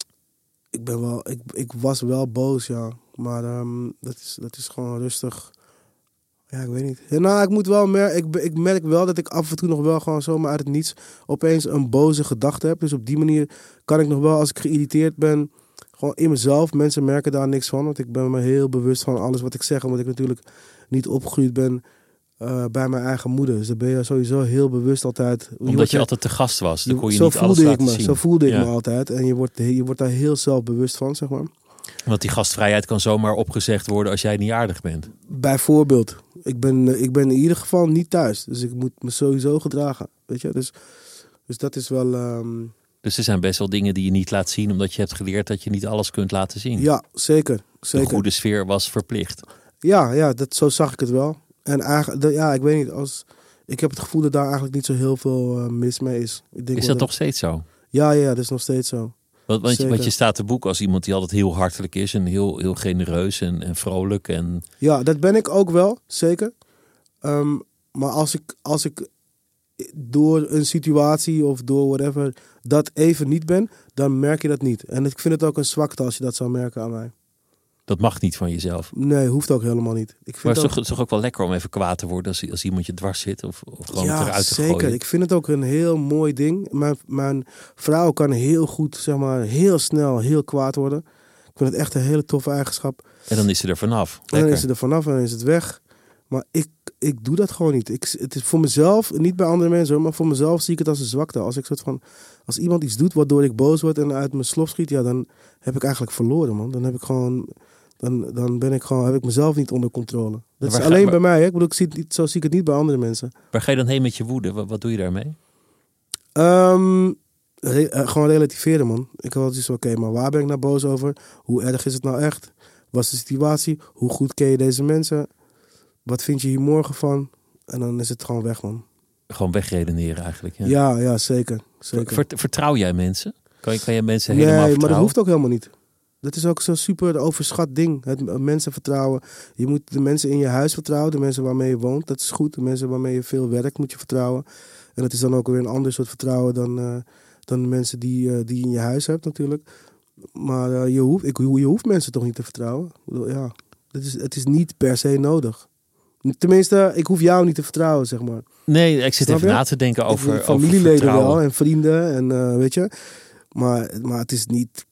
Ik was wel boos, ja. Maar dat is gewoon rustig. Ja, ik weet niet. Ja, nou, ik moet wel ik merk wel dat ik af en toe nog wel gewoon zomaar uit het niets opeens een boze gedachte heb. Dus op die manier kan ik nog wel, als ik geïrriteerd ben, gewoon in mezelf. Mensen merken daar niks van, want ik ben me heel bewust van alles wat ik zeg. Omdat ik natuurlijk niet opgegroeid ben bij mijn eigen moeder. Dus dan ben je sowieso heel bewust altijd. Omdat je altijd te gast was. Dan kon je niet alles laten zien. Zo voelde ik me altijd. En je wordt daar heel zelfbewust van, zeg maar. Want die gastvrijheid kan zomaar opgezegd worden als jij niet aardig bent. Bijvoorbeeld. Ik ben in ieder geval niet thuis. Dus ik moet me sowieso gedragen. Weet je? Dus dat is wel... Dus er zijn best wel dingen die je niet laat zien, omdat je hebt geleerd dat je niet alles kunt laten zien. Ja, zeker. De goede sfeer was verplicht. Ja, zo zag ik het wel. En eigenlijk, ik weet niet, ik heb het gevoel dat daar eigenlijk niet zo heel veel mis mee is. Ik denk Is dat nog steeds zo? Ja, dat is nog steeds zo. Want je staat te boek als iemand die altijd heel hartelijk is en heel genereus en vrolijk. En... Ja, dat ben ik ook wel, zeker. Maar als ik door een situatie of door whatever dat even niet ben, dan merk je dat niet. En ik vind het ook een zwakte als je dat zou merken aan mij. Dat mag niet van jezelf. Nee, hoeft ook helemaal niet. Maar het is toch ook wel lekker om even kwaad te worden als iemand je dwars zit of gewoon het eruit te zeker. gooien? Zeker. Ik vind het ook een heel mooi ding. Mijn vrouw kan heel goed, zeg maar, heel snel heel kwaad worden. Ik vind het echt een hele toffe eigenschap. En dan is ze er vanaf. En dan is ze er vanaf en dan is het weg. Maar ik doe dat gewoon niet. Het is voor mezelf, niet bij andere mensen, maar voor mezelf zie ik het als een zwakte. Als iemand iets doet waardoor ik boos word en uit mijn slof schiet, dan heb ik eigenlijk verloren, man. Dan heb ik gewoon, heb ik mezelf niet onder controle. Dat is alleen bij mij. Hè? Ik bedoel, zo zie ik het niet bij andere mensen. Waar ga je dan heen met je woede? Wat doe je daarmee? Gewoon relativeren, man. Ik had dus oké, maar waar ben ik nou boos over? Hoe erg is het nou echt? Wat is de situatie? Hoe goed ken je deze mensen? Wat vind je hier morgen van? En dan is het gewoon weg, man. Gewoon wegredeneren eigenlijk. Ja, zeker. Vertrouw jij mensen? Kan je mensen helemaal vertrouwen? Nee, maar dat hoeft ook helemaal niet. Dat is ook zo'n super overschat ding. Het mensen vertrouwen. Je moet de mensen in je huis vertrouwen. De mensen waarmee je woont, dat is goed. De mensen waarmee je veel werkt, moet je vertrouwen. En dat is dan ook weer een ander soort vertrouwen dan de mensen die je in je huis hebt natuurlijk. Maar je hoeft mensen toch niet te vertrouwen? Ja, het is niet per se nodig. Tenminste, ik hoef jou niet te vertrouwen, zeg maar. Nee, ik zit even na te denken over familieleden wel en vrienden en weet je. Maar het is niet.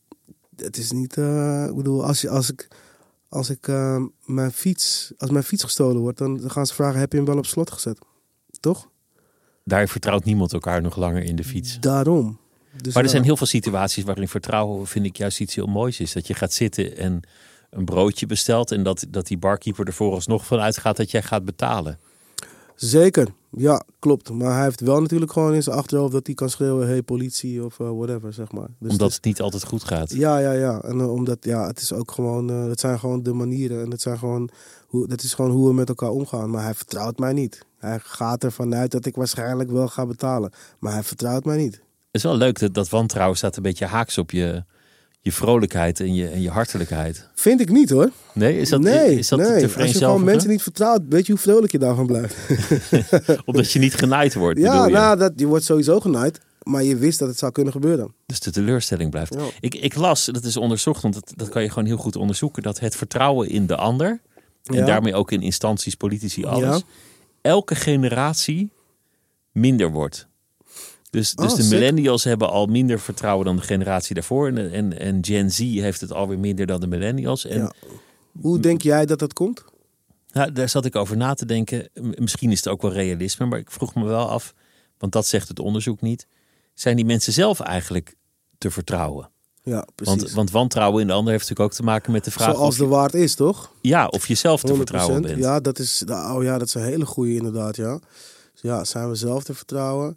Ik bedoel, als mijn fiets gestolen wordt, dan gaan ze vragen: heb je hem wel op slot gezet? Toch? Daar vertrouwt niemand elkaar nog langer in de fiets. Daarom. Dus maar er zijn heel veel situaties waarin vertrouwen, vind ik, juist iets heel moois is. Dat je gaat zitten en een broodje bestelt en dat die barkeeper er vooralsnog van uitgaat dat jij gaat betalen. Zeker, ja, klopt. Maar hij heeft wel natuurlijk gewoon in zijn achterhoofd dat hij kan schreeuwen: hey, politie of whatever, zeg maar. Dus omdat het niet altijd goed gaat. Ja. En omdat, het is ook gewoon, dat zijn gewoon de manieren. En dat is gewoon hoe we met elkaar omgaan. Maar hij vertrouwt mij niet. Hij gaat ervan uit dat ik waarschijnlijk wel ga betalen. Maar hij vertrouwt mij niet. Het is wel leuk dat wantrouwen staat een beetje haaks op je vrolijkheid en je hartelijkheid. Vind ik niet, hoor. Nee? Is dat te vereenzelvigen? Als je gewoon mensen niet vertrouwt, weet je hoe vrolijk je daarvan blijft? Omdat je niet genaaid wordt, ja, nou, je wordt sowieso genaaid. Maar je wist dat het zou kunnen gebeuren. Dus de teleurstelling blijft. Ja. Ik las, dat is onderzocht, want dat kan je gewoon heel goed onderzoeken, dat het vertrouwen in de ander, en daarmee ook in instanties, politici, alles, elke generatie minder wordt. Dus de millennials hebben al minder vertrouwen dan de generatie daarvoor. En Gen Z heeft het alweer minder dan de millennials. Hoe denk jij dat dat komt? Nou, daar zat ik over na te denken. Misschien is het ook wel realisme, maar ik vroeg me wel af, want dat zegt het onderzoek niet. Zijn die mensen zelf eigenlijk te vertrouwen? Ja, precies. Want wantrouwen in de ander heeft natuurlijk ook te maken met de vraag... Zoals de waard is, toch? Ja, of je zelf te vertrouwen bent. Ja, dat is een hele goede inderdaad, ja. Dus ja, zijn we zelf te vertrouwen?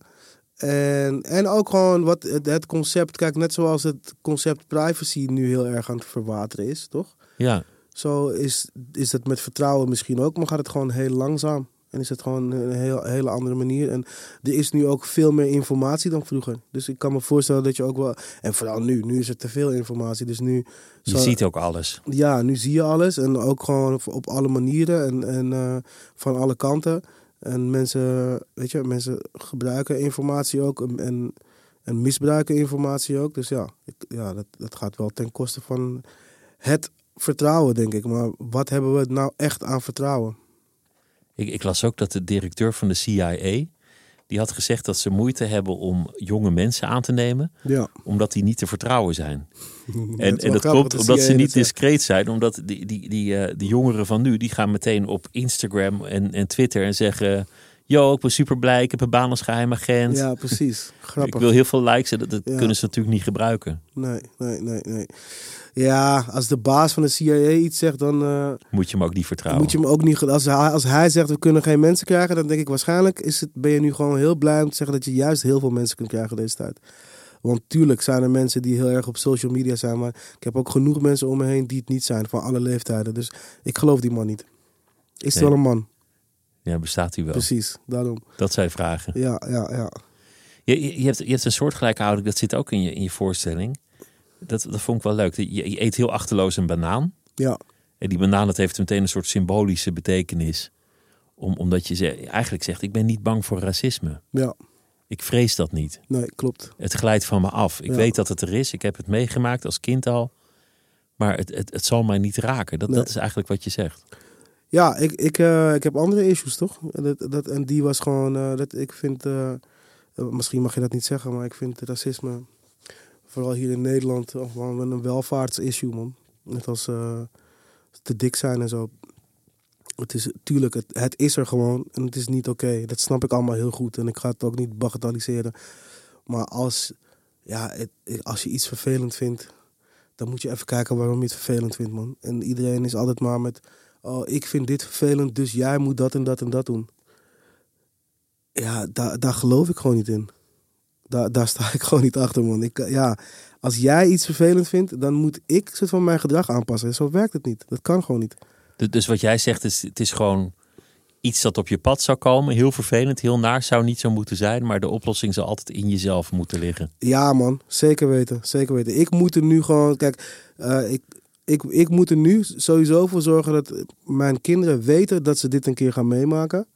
En ook gewoon het concept... Kijk, net zoals het concept privacy nu heel erg aan het verwateren is, toch? Ja. Zo is het met vertrouwen misschien ook, maar gaat het gewoon heel langzaam. En is het gewoon een hele andere manier. En er is nu ook veel meer informatie dan vroeger. Dus ik kan me voorstellen dat je ook wel... En vooral nu is er te veel informatie. Dus nu... Je ziet ook alles. Ja, nu zie je alles. En ook gewoon op alle manieren en van alle kanten. En mensen gebruiken informatie ook en misbruiken informatie ook. Dus dat gaat wel ten koste van het vertrouwen, denk ik. Maar wat hebben we nou echt aan vertrouwen? Ik las ook dat de directeur van de CIA... die had gezegd dat ze moeite hebben om jonge mensen aan te nemen... omdat die niet te vertrouwen zijn. en dat komt omdat ze niet discreet zijn. Omdat die jongeren van nu... die gaan meteen op Instagram en Twitter en zeggen... Yo, ik ben super blij, ik heb een baan als geheimagent. Ja, precies. Grappig. Ik wil heel veel likes en dat kunnen ze natuurlijk niet gebruiken. Nee. Ja, als de baas van de CIA iets zegt, dan... moet je hem ook niet vertrouwen. Als hij zegt, we kunnen geen mensen krijgen, dan denk ik waarschijnlijk ben je nu gewoon heel blij om te zeggen dat je juist heel veel mensen kunt krijgen deze tijd. Want tuurlijk zijn er mensen die heel erg op social media zijn, maar ik heb ook genoeg mensen om me heen die het niet zijn, van alle leeftijden. Dus ik geloof die man niet. Is het wel een man? Ja, bestaat hij wel? Precies, daarom. Dat zijn vragen. Ja. Je hebt een soortgelijke houding, dat zit ook in je voorstelling. Dat vond ik wel leuk. Je eet heel achterloos een banaan. Ja. En die banaan, dat heeft meteen een soort symbolische betekenis. Omdat je eigenlijk zegt, ik ben niet bang voor racisme. Ja. Ik vrees dat niet. Nee, klopt. Het glijdt van me af. Ik weet dat het er is. Ik heb het meegemaakt als kind al. Maar het zal mij niet raken. Dat is eigenlijk wat je zegt. Ja, ik heb andere issues, toch? En die was gewoon... ik vind... misschien mag je dat niet zeggen, maar ik vind racisme... Vooral hier in Nederland... gewoon een welvaartsissue, man. Net als te dik zijn en zo. Het is tuurlijk, het is er gewoon. En het is niet oké. Dat snap ik allemaal heel goed. En ik ga het ook niet bagatelliseren. Maar als je iets vervelend vindt... dan moet je even kijken waarom je het vervelend vindt, man. En iedereen is altijd maar met... oh, ik vind dit vervelend, dus jij moet dat en dat en dat doen. Ja, daar geloof ik gewoon niet in. Daar sta ik gewoon niet achter, man. Als jij iets vervelend vindt, dan moet ik soort van mijn gedrag aanpassen. Zo werkt het niet. Dat kan gewoon niet. Dus wat jij zegt is, het is gewoon iets dat op je pad zou komen. Heel vervelend, heel naar, zou niet zo moeten zijn. Maar de oplossing zou altijd in jezelf moeten liggen. Ja, man. Zeker weten. Zeker weten. Ik moet er nu gewoon... Kijk, ik moet er nu sowieso voor zorgen dat mijn kinderen weten dat ze dit een keer gaan meemaken.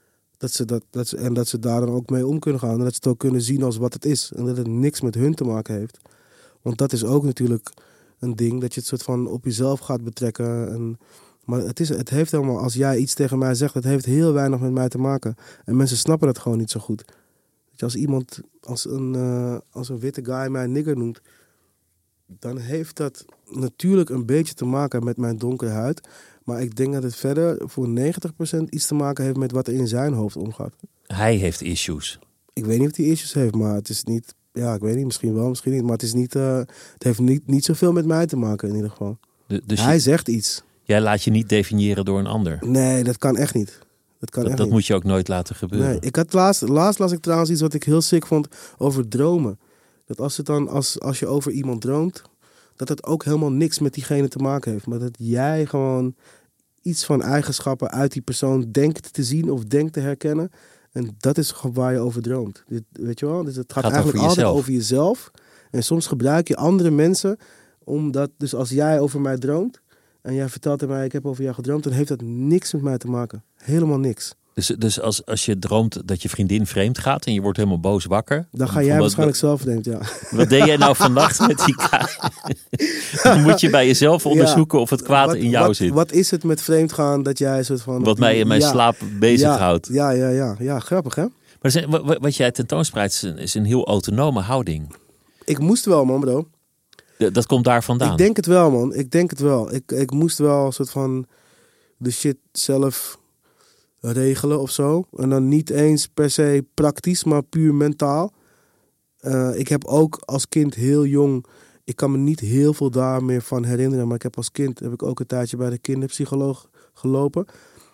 Dat ze daar dan ook mee om kunnen gaan. En dat ze het ook kunnen zien als wat het is. En dat het niks met hun te maken heeft. Want dat is ook natuurlijk een ding. Dat je het soort van op jezelf gaat betrekken. Maar het heeft helemaal... Als jij iets tegen mij zegt, het heeft heel weinig met mij te maken. En mensen snappen dat gewoon niet zo goed. Als iemand, als een witte guy mij nigger noemt... dan heeft dat natuurlijk een beetje te maken met mijn donkere huid. Maar ik denk dat het verder voor 90% iets te maken heeft met wat er in zijn hoofd omgaat. Hij heeft issues. Ik weet niet of hij issues heeft, maar het is niet... Ja, ik weet niet, misschien wel, misschien niet. Maar het is niet, het heeft niet zoveel met mij te maken in ieder geval. Dus hij zegt iets. Jij laat je niet definiëren door een ander. Nee, dat kan echt niet. Dat moet je ook nooit laten gebeuren. Nee, ik had laatst las ik trouwens iets wat ik heel sick vond over dromen. Dat als je over iemand droomt, dat het ook helemaal niks met diegene te maken heeft. Maar dat jij gewoon iets van eigenschappen uit die persoon denkt te zien of denkt te herkennen. En dat is waar je over droomt. Weet je wel? Dus het gaat eigenlijk altijd over jezelf. En soms gebruik je andere mensen omdat... Dus als jij over mij droomt en jij vertelt aan mij, ik heb over jou gedroomd, dan heeft dat niks met mij te maken. Helemaal niks. Dus als je droomt dat je vriendin vreemd gaat en je wordt helemaal boos wakker... Dan ga jij waarschijnlijk zelf denken, ja. Wat deed jij nou vannacht met die kaart? Dan moet je bij jezelf onderzoeken of het kwaad in jou zit. Wat is het met vreemd gaan dat jij soort van... Wat mij in mijn slaap bezighoudt. Ja, grappig hè? Maar wat jij tentoonspreidt is een heel autonome houding. Ik moest wel, man, bro. Dat komt daar vandaan? Ik denk het wel, man. Ik denk het wel. Ik moest wel een soort van de shit zelf regelen of zo. En dan niet eens per se praktisch, maar puur mentaal. Ik heb ook als kind heel jong... Ik kan me niet heel veel daar meer van herinneren. Maar ik heb als kind ook een tijdje bij de kinderpsycholoog gelopen.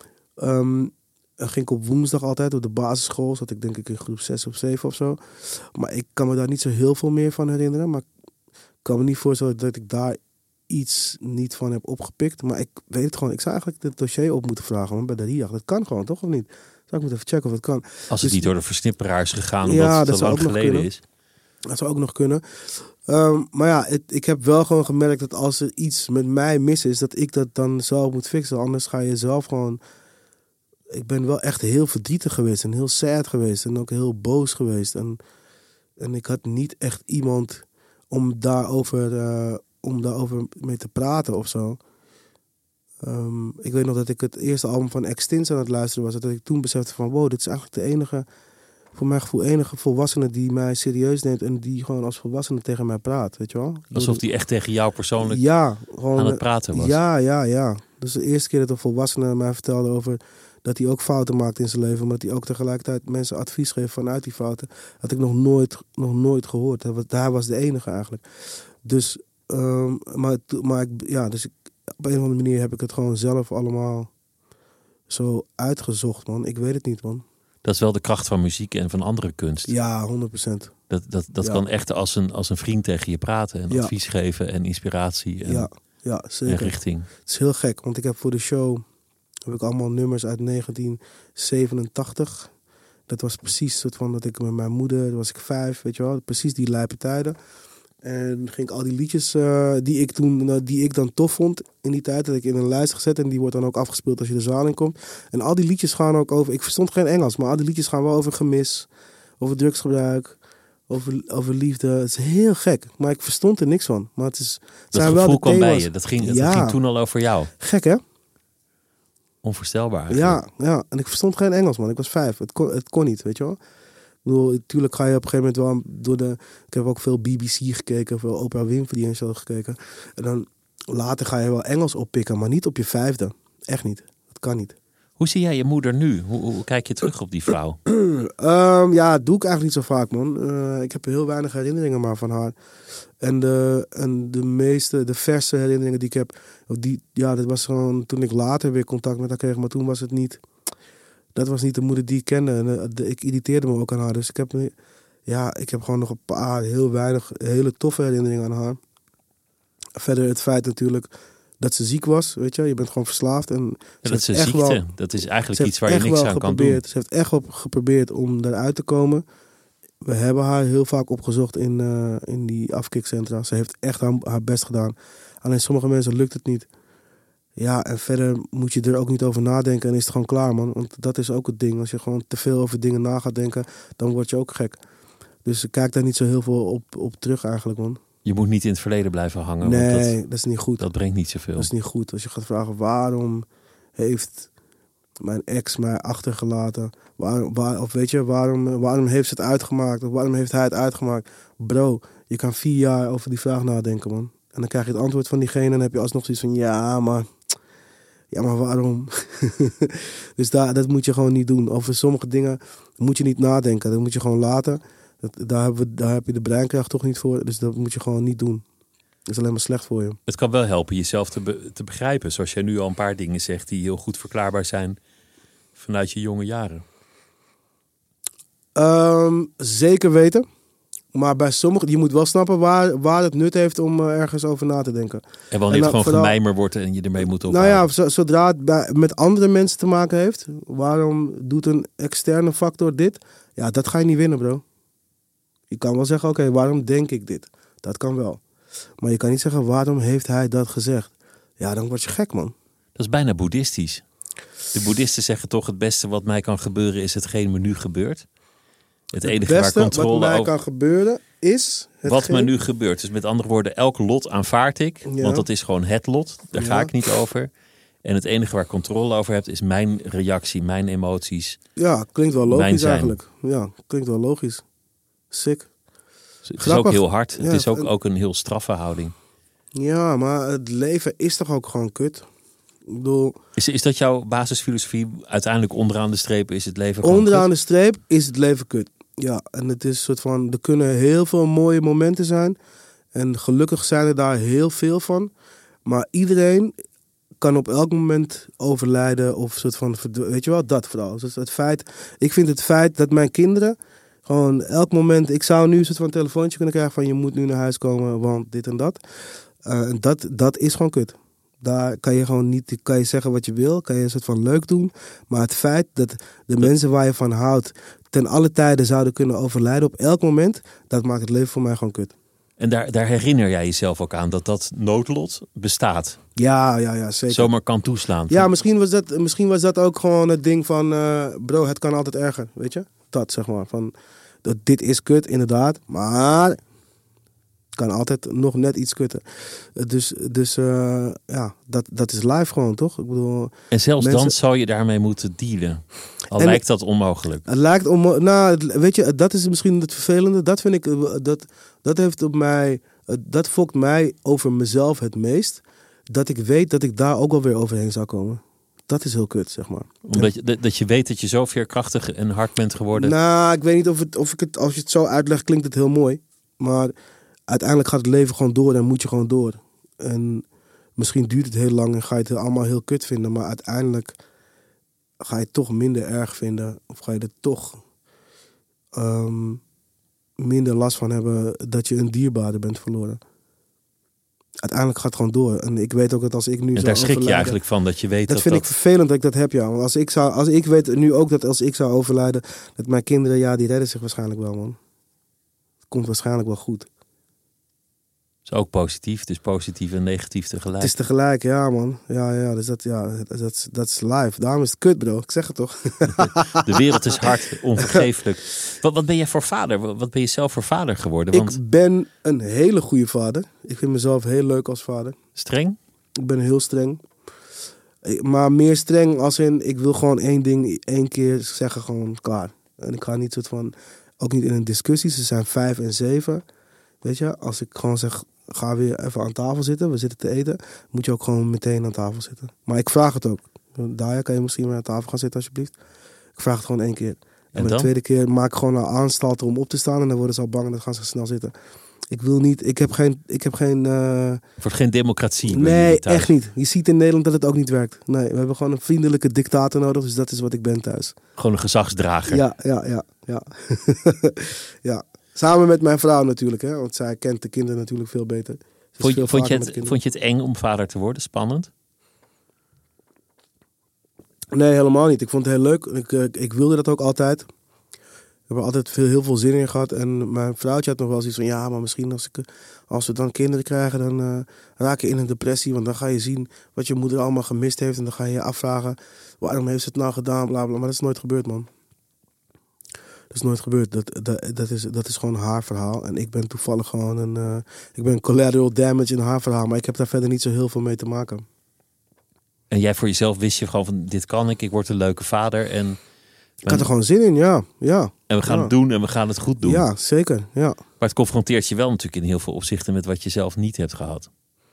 Ging ik op woensdag altijd op de basisschool. Zat ik denk ik in groep 6 of 7 of zo. Maar ik kan me daar niet zo heel veel meer van herinneren. Maar ik kan me niet voorstellen dat ik daar iets niet van heb opgepikt. Maar ik weet het gewoon. Ik zou eigenlijk het dossier op moeten vragen. Man, bij de RIAG. Dat kan gewoon, toch? Of niet? Zou ik moeten even checken of het kan. Als het niet door de versnipperaars gegaan omdat het te lang geleden is. Dat zou ook nog kunnen. Maar ja, ik heb wel gewoon gemerkt dat als er iets met mij mis is, dat ik dat dan zelf moet fixen. Anders ga je zelf gewoon... Ik ben wel echt heel verdrietig geweest en heel sad geweest en ook heel boos geweest. En ik had niet echt iemand om daarover mee te praten of zo. Ik weet nog dat ik het eerste album van Extins aan het luisteren was. Dat ik toen besefte van wow, dit is eigenlijk de enige... voor mijn gevoel enige volwassene die mij serieus neemt en die gewoon als volwassene tegen mij praat, weet je wel? Alsof die echt tegen jou persoonlijk gewoon aan het praten was. Ja. Dus de eerste keer dat een volwassene mij vertelde over dat hij ook fouten maakt in zijn leven, maar dat hij ook tegelijkertijd mensen advies geeft vanuit die fouten, had ik nog nooit gehoord. Hij was de enige eigenlijk. Dus, dus op een of andere manier heb ik het gewoon zelf allemaal zo uitgezocht, man. Ik weet het niet, man. Dat is wel de kracht van muziek en van andere kunst. Ja, 100%. Dat kan echt als een vriend tegen je praten en advies geven en inspiratie en, zeker. en richting. Het is heel gek, want ik heb voor de show Heb ik allemaal nummers uit 1987. Dat was precies soort van dat ik met mijn moeder, toen was ik 5, weet je wel. Precies die lijpe tijden. En ging ik al die liedjes die ik dan tof vond in die tijd, dat ik in een lijst gezet. En die wordt dan ook afgespeeld als je de zaal in komt. En al die liedjes gaan ook over, ik verstond geen Engels, maar al die liedjes gaan wel over gemis, over drugsgebruik, over liefde. Het is heel gek, maar ik verstond er niks van. Maar het is, Dat zijn gevoel wel de kwam bij thema's. je. Dat ging toen al over jou. Gek, hè? Onvoorstelbaar eigenlijk. Ja. En ik verstond geen Engels, man. Ik was 5. Het kon niet, weet je wel. Ik bedoel, natuurlijk ga je op een gegeven moment wel door de... Ik heb ook veel BBC gekeken, veel Oprah Winfrey en zo gekeken. En dan later ga je wel Engels oppikken, maar niet op je 5e. Echt niet. Dat kan niet. Hoe zie jij je moeder nu? Hoe kijk je terug op die vrouw? Ja, dat doe ik eigenlijk niet zo vaak, man. Ik heb heel weinig herinneringen maar van haar. En de verse herinneringen die ik heb... dat was gewoon toen ik later weer contact met haar kreeg. Maar toen was het niet... Dat was niet de moeder die ik kende. En ik irriteerde me ook aan haar. Dus ik heb gewoon nog een paar heel weinig hele toffe herinneringen aan haar. Verder het feit natuurlijk dat ze ziek was. Weet je bent gewoon verslaafd. En dat is een ziekte. Dat is eigenlijk iets waar je niks aan kan doen. Ze heeft echt wel geprobeerd om eruit te komen. We hebben haar heel vaak opgezocht in die afkikcentra. Ze heeft echt haar best gedaan. Alleen sommige mensen lukt het niet. Ja, en verder moet je er ook niet over nadenken en is het gewoon klaar, man. Want dat is ook het ding. Als je gewoon te veel over dingen na gaat denken, dan word je ook gek. Dus ik kijk daar niet zo heel veel op terug eigenlijk, man. Je moet niet in het verleden blijven hangen. Nee, want dat is niet goed. Dat brengt niet zoveel. Dat is niet goed. Als je gaat vragen, waarom heeft mijn ex mij achtergelaten? Waarom heeft ze het uitgemaakt? Of waarom heeft hij het uitgemaakt? Bro, je kan 4 jaar over die vraag nadenken, man. En dan krijg je het antwoord van diegene en dan heb je alsnog zoiets van, ja, maar waarom? Dus dat moet je gewoon niet doen. Over sommige dingen moet je niet nadenken. Dat moet je gewoon laten. Daar heb je de breinkracht toch niet voor. Dus dat moet je gewoon niet doen. Dat is alleen maar slecht voor je. Het kan wel helpen jezelf te begrijpen. Zoals jij nu al een paar dingen zegt die heel goed verklaarbaar zijn vanuit je jonge jaren. Zeker weten. Maar bij sommigen, je moet wel snappen waar het nut heeft om ergens over na te denken. En wanneer het gewoon gemijmer wordt en je ermee moet ophouden. Nou ja, zodra het met andere mensen te maken heeft. Waarom doet een externe factor dit? Ja, dat ga je niet winnen, bro. Je kan wel zeggen, oké, waarom denk ik dit? Dat kan wel. Maar je kan niet zeggen, waarom heeft hij dat gezegd? Ja, dan word je gek, man. Dat is bijna boeddhistisch. De boeddhisten zeggen toch, het beste wat mij kan gebeuren is hetgeen me nu gebeurt. Het enige beste waar controle wat mij over kan gebeuren is... Wat me nu gebeurt. Dus met andere woorden, elk lot aanvaard ik. Ja. Want dat is gewoon het lot. Daar ga ik niet over. En het enige waar ik controle over heb is mijn reactie, mijn emoties. Ja, klinkt wel logisch eigenlijk. Ja, klinkt wel logisch. Sick. Het is ook heel hard. Ja, het is ook een heel straffe houding. Ja, maar het leven is toch ook gewoon kut? Ik bedoel... Is dat jouw basisfilosofie? Uiteindelijk onderaan de streep is het leven gewoon onderaan kut? De streep is het leven kut. Ja, en het is een soort van... Er kunnen heel veel mooie momenten zijn. En gelukkig zijn er daar heel veel van. Maar iedereen kan op elk moment overlijden of soort van... Weet je wel, dat vooral. Dus ik vind het feit dat mijn kinderen... Gewoon elk moment... Ik zou nu een soort van telefoontje kunnen krijgen van... Je moet nu naar huis komen, want dit en dat. Dat is gewoon kut. Daar kan je gewoon niet... Kan je zeggen wat je wil. Kan je een soort van leuk doen. Maar het feit dat de mensen waar je van houdt... ten alle tijden zouden kunnen overlijden op elk moment... Dat maakt het leven voor mij gewoon kut. En daar herinner jij jezelf ook aan dat noodlot bestaat. Ja, zeker. Zomaar kan toeslaan. Ja, misschien was dat ook gewoon het ding van... bro, het kan altijd erger, weet je? Dat, zeg maar. Van, dit is kut, inderdaad. Maar het kan altijd nog net iets kutten. Dus dat is live gewoon, toch? Ik bedoel... En zelfs dan zou je daarmee moeten dealen. Al lijkt dat onmogelijk. Het lijkt weet je, dat is misschien het vervelende. Dat vind ik... Dat heeft op mij... Dat fokt mij over mezelf het meest. Dat ik weet dat ik daar ook wel weer overheen zou komen. Dat is heel kut, zeg maar. Omdat je weet dat je zo veerkrachtig en hard bent geworden. Nou, ik weet niet als je het zo uitlegt, klinkt het heel mooi. Maar uiteindelijk gaat het leven gewoon door en moet je gewoon door. En misschien duurt het heel lang en ga je het allemaal heel kut vinden. Maar uiteindelijk ga je het toch minder erg vinden. Of ga je er toch minder last van hebben dat je een dierbare bent verloren. uiteindelijk gaat het gewoon door. En ik weet ook dat als ik nu En daar schrik je eigenlijk van, dat je weet dat vind ik vervelend dat ik dat heb, ja. Want als ik weet nu ook dat als ik zou overlijden, dat mijn kinderen, die redden zich waarschijnlijk wel, man. Het komt waarschijnlijk wel goed. is ook positief. Dus positief en negatief tegelijk. Het is tegelijk, ja, man. Ja, dus dat is live. Daarom is het kut, bro. Ik zeg het toch. De wereld is hard, onvergeeflijk. Wat ben jij voor vader? Wat ben je zelf voor vader geworden? Want... Ik ben een hele goede vader. Ik vind mezelf heel leuk als vader. Streng? Ik ben heel streng. Maar meer streng als in, ik wil gewoon één ding 1 keer zeggen, gewoon klaar. En ik ga niet soort van, ook niet in een discussie. Ze zijn 5 en 7. Weet je, als ik gewoon zeg, ga weer even aan tafel zitten, we zitten te eten, moet je ook gewoon meteen aan tafel zitten. Maar ik vraag het ook. Daya, kan je misschien weer aan tafel gaan zitten alsjeblieft? Ik vraag het gewoon 1 keer. En de tweede keer maak ik gewoon een aanstalten om op te staan en dan worden ze al bang en dan gaan ze snel zitten. Ik wil niet, ik heb geen... Het wordt geen democratie. Nee, echt niet. Je ziet in Nederland dat het ook niet werkt. Nee, we hebben gewoon een vriendelijke dictator nodig, dus dat is wat ik ben thuis. Gewoon een gezagsdrager. Ja. Ja. Samen met mijn vrouw natuurlijk, hè, want zij kent de kinderen natuurlijk veel beter. Vond je het eng om vader te worden? Spannend? Nee, helemaal niet. Ik vond het heel leuk. Ik wilde dat ook altijd. Ik heb er altijd heel veel zin in gehad. En mijn vrouwtje had nog wel zoiets van... Ja, maar misschien als we dan kinderen krijgen... dan raak je in een depressie. Want dan ga je zien wat je moeder allemaal gemist heeft. En dan ga je je afvragen... waarom heeft ze het nou gedaan, bla bla. Maar dat is nooit gebeurd, man. Dat is nooit gebeurd. Dat is gewoon haar verhaal. En ik ben toevallig gewoon ik ben collateral damage in haar verhaal. Maar ik heb daar verder niet zo heel veel mee te maken. En jij voor jezelf wist je gewoon van... dit kan ik word een leuke vader en... Ik had er gewoon zin in, ja. En we gaan het doen en we gaan het goed doen. Ja, zeker, ja. Maar het confronteert je wel natuurlijk in heel veel opzichten... met wat je zelf niet hebt gehad.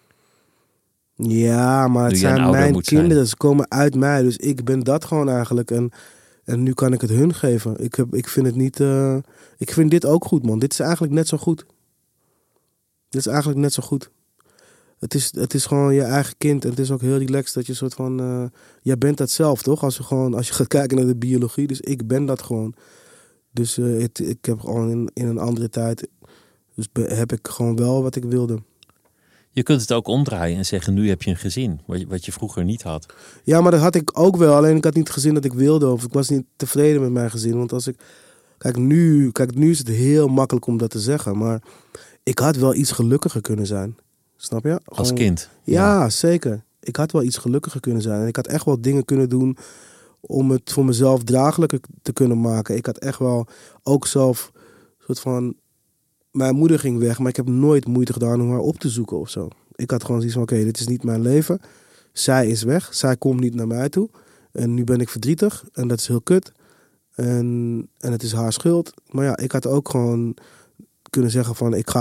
Ja, maar het zijn mijn kinderen. Ze komen uit mij. Dus ik ben dat gewoon eigenlijk. En nu kan ik het hun geven. Ik vind het niet... ik vind dit ook goed, man. Dit is eigenlijk net zo goed. Het is gewoon je eigen kind. En het is ook heel relaxed dat je soort van... jij bent dat zelf, toch? Als je gaat kijken naar de biologie. Dus ik ben dat gewoon. Dus ik heb gewoon in een andere tijd... Dus heb ik gewoon wel wat ik wilde. Je kunt het ook omdraaien en zeggen... nu heb je een gezin, wat je vroeger niet had. Ja, maar dat had ik ook wel. Alleen ik had niet het gezin dat ik wilde. Of ik was niet tevreden met mijn gezin. Want als ik... Kijk, nu is het heel makkelijk om dat te zeggen. Maar ik had wel iets gelukkiger kunnen zijn. Snap je? Gewoon, als kind? Ja, zeker. Ik had wel iets gelukkiger kunnen zijn. En ik had echt wel dingen kunnen doen om het voor mezelf draaglijker te kunnen maken. Ik had echt wel ook zelf soort van... Mijn moeder ging weg, maar ik heb nooit moeite gedaan om haar op te zoeken of zo. Ik had gewoon zoiets van, oké, dit is niet mijn leven. Zij is weg. Zij komt niet naar mij toe. En nu ben ik verdrietig. En dat is heel kut. En het is haar schuld. Maar ja, ik had ook gewoon kunnen zeggen van... Ik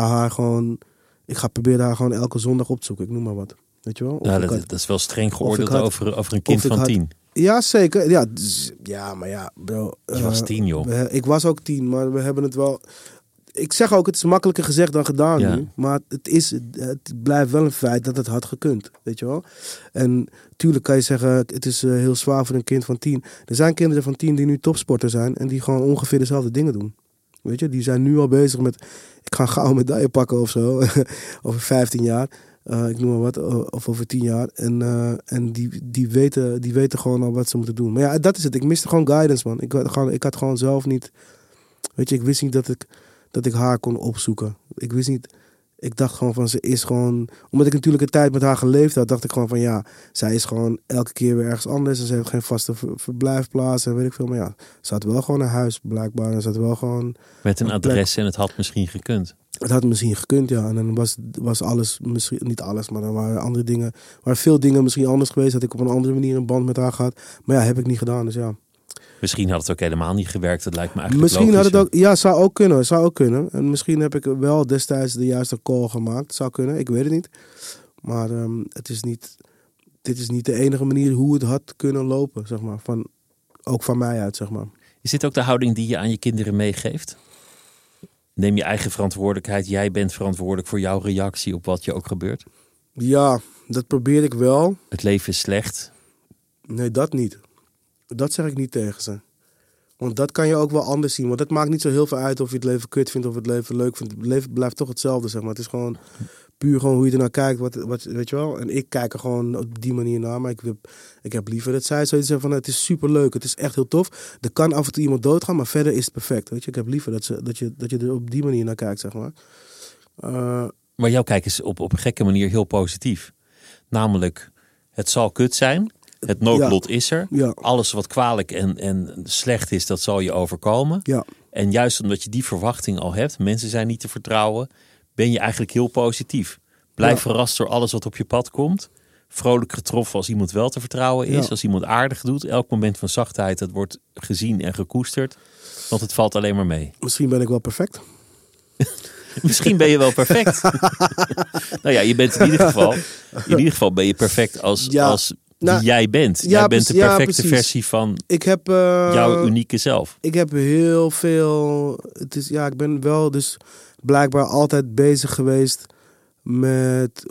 ga proberen haar gewoon elke zondag op te zoeken. Ik noem maar wat. Weet je wel? Ja, dat is wel streng geoordeeld over een kind van 10. Ja, zeker. Ja, maar ja, bro. Je was 10, joh. Ik was ook 10, maar we hebben het wel... Ik zeg ook, het is makkelijker gezegd dan gedaan nu. Maar het blijft wel een feit dat het had gekund. Weet je wel? En tuurlijk kan je zeggen, het is heel zwaar voor een kind van 10. Er zijn kinderen van 10 die nu topsporter zijn. En die gewoon ongeveer dezelfde dingen doen. Weet je? Die zijn nu al bezig met... Ik ga een gouden medaille pakken of zo. Over 15 jaar. Ik noem maar wat. Of over 10 jaar. En die weten gewoon al wat ze moeten doen. Maar ja, dat is het. Ik miste gewoon guidance, man. Ik had gewoon zelf niet... Weet je, ik wist niet dat ik haar kon opzoeken. Ik wist niet... Ik dacht gewoon van, ze is gewoon... Omdat ik natuurlijk een tijd met haar geleefd had, dacht ik gewoon van ja, zij is gewoon elke keer weer ergens anders. En ze heeft geen vaste verblijfplaats en weet ik veel. Maar ja, ze had wel gewoon een huis blijkbaar. En ze had wel gewoon... Met een adres en het had misschien gekund. Het had misschien gekund, ja. En dan was alles, misschien niet alles, maar dan waren andere dingen... Er waren veel dingen misschien anders geweest. Had ik op een andere manier een band met haar gehad. Maar ja, heb ik niet gedaan, dus ja. Misschien had het ook helemaal niet gewerkt. Dat lijkt me eigenlijk misschien logisch. Had het ook, ja, zou ook kunnen. En misschien heb ik wel destijds de juiste call gemaakt. Zou kunnen, ik weet het niet. Maar dit is niet de enige manier hoe het had kunnen lopen, zeg maar. Ook van mij uit, zeg maar. Is dit ook de houding die je aan je kinderen meegeeft? Neem je eigen verantwoordelijkheid. Jij bent verantwoordelijk voor jouw reactie op wat je ook gebeurt? Ja, dat probeer ik wel. Het leven is slecht. Nee, dat niet. Dat zeg ik niet tegen ze. Want dat kan je ook wel anders zien. Want dat maakt niet zo heel veel uit of je het leven kut vindt of het leven leuk vindt. Het leven blijft toch hetzelfde, zeg maar. Het is gewoon puur gewoon hoe je ernaar kijkt, wat, weet je wel. En ik kijk er gewoon op die manier naar, maar ik heb liever dat zij zoiets zeggen van, het is superleuk, het is echt heel tof. Er kan af en toe iemand doodgaan, maar verder is het perfect, weet je. Ik heb liever dat je er op die manier naar kijkt, zeg maar. Maar jouw kijk is op een gekke manier heel positief. Namelijk, het zal kut zijn. Het noodlot is er. Ja. Alles wat kwalijk en slecht is, dat zal je overkomen. Ja. En juist omdat je die verwachting al hebt, mensen zijn niet te vertrouwen, ben je eigenlijk heel positief. Blijf verrast door alles wat op je pad komt. Vrolijk getroffen als iemand wel te vertrouwen is. Ja. Als iemand aardig doet. Elk moment van zachtheid, dat wordt gezien en gekoesterd. Want het valt alleen maar mee. Misschien ben ik wel perfect. Misschien ben je wel perfect. Nou ja, je bent in ieder geval ben je perfect als wie jij bent. Jij bent de perfecte versie van jouw unieke zelf. Ik heb heel veel... ik ben wel dus blijkbaar altijd bezig geweest met,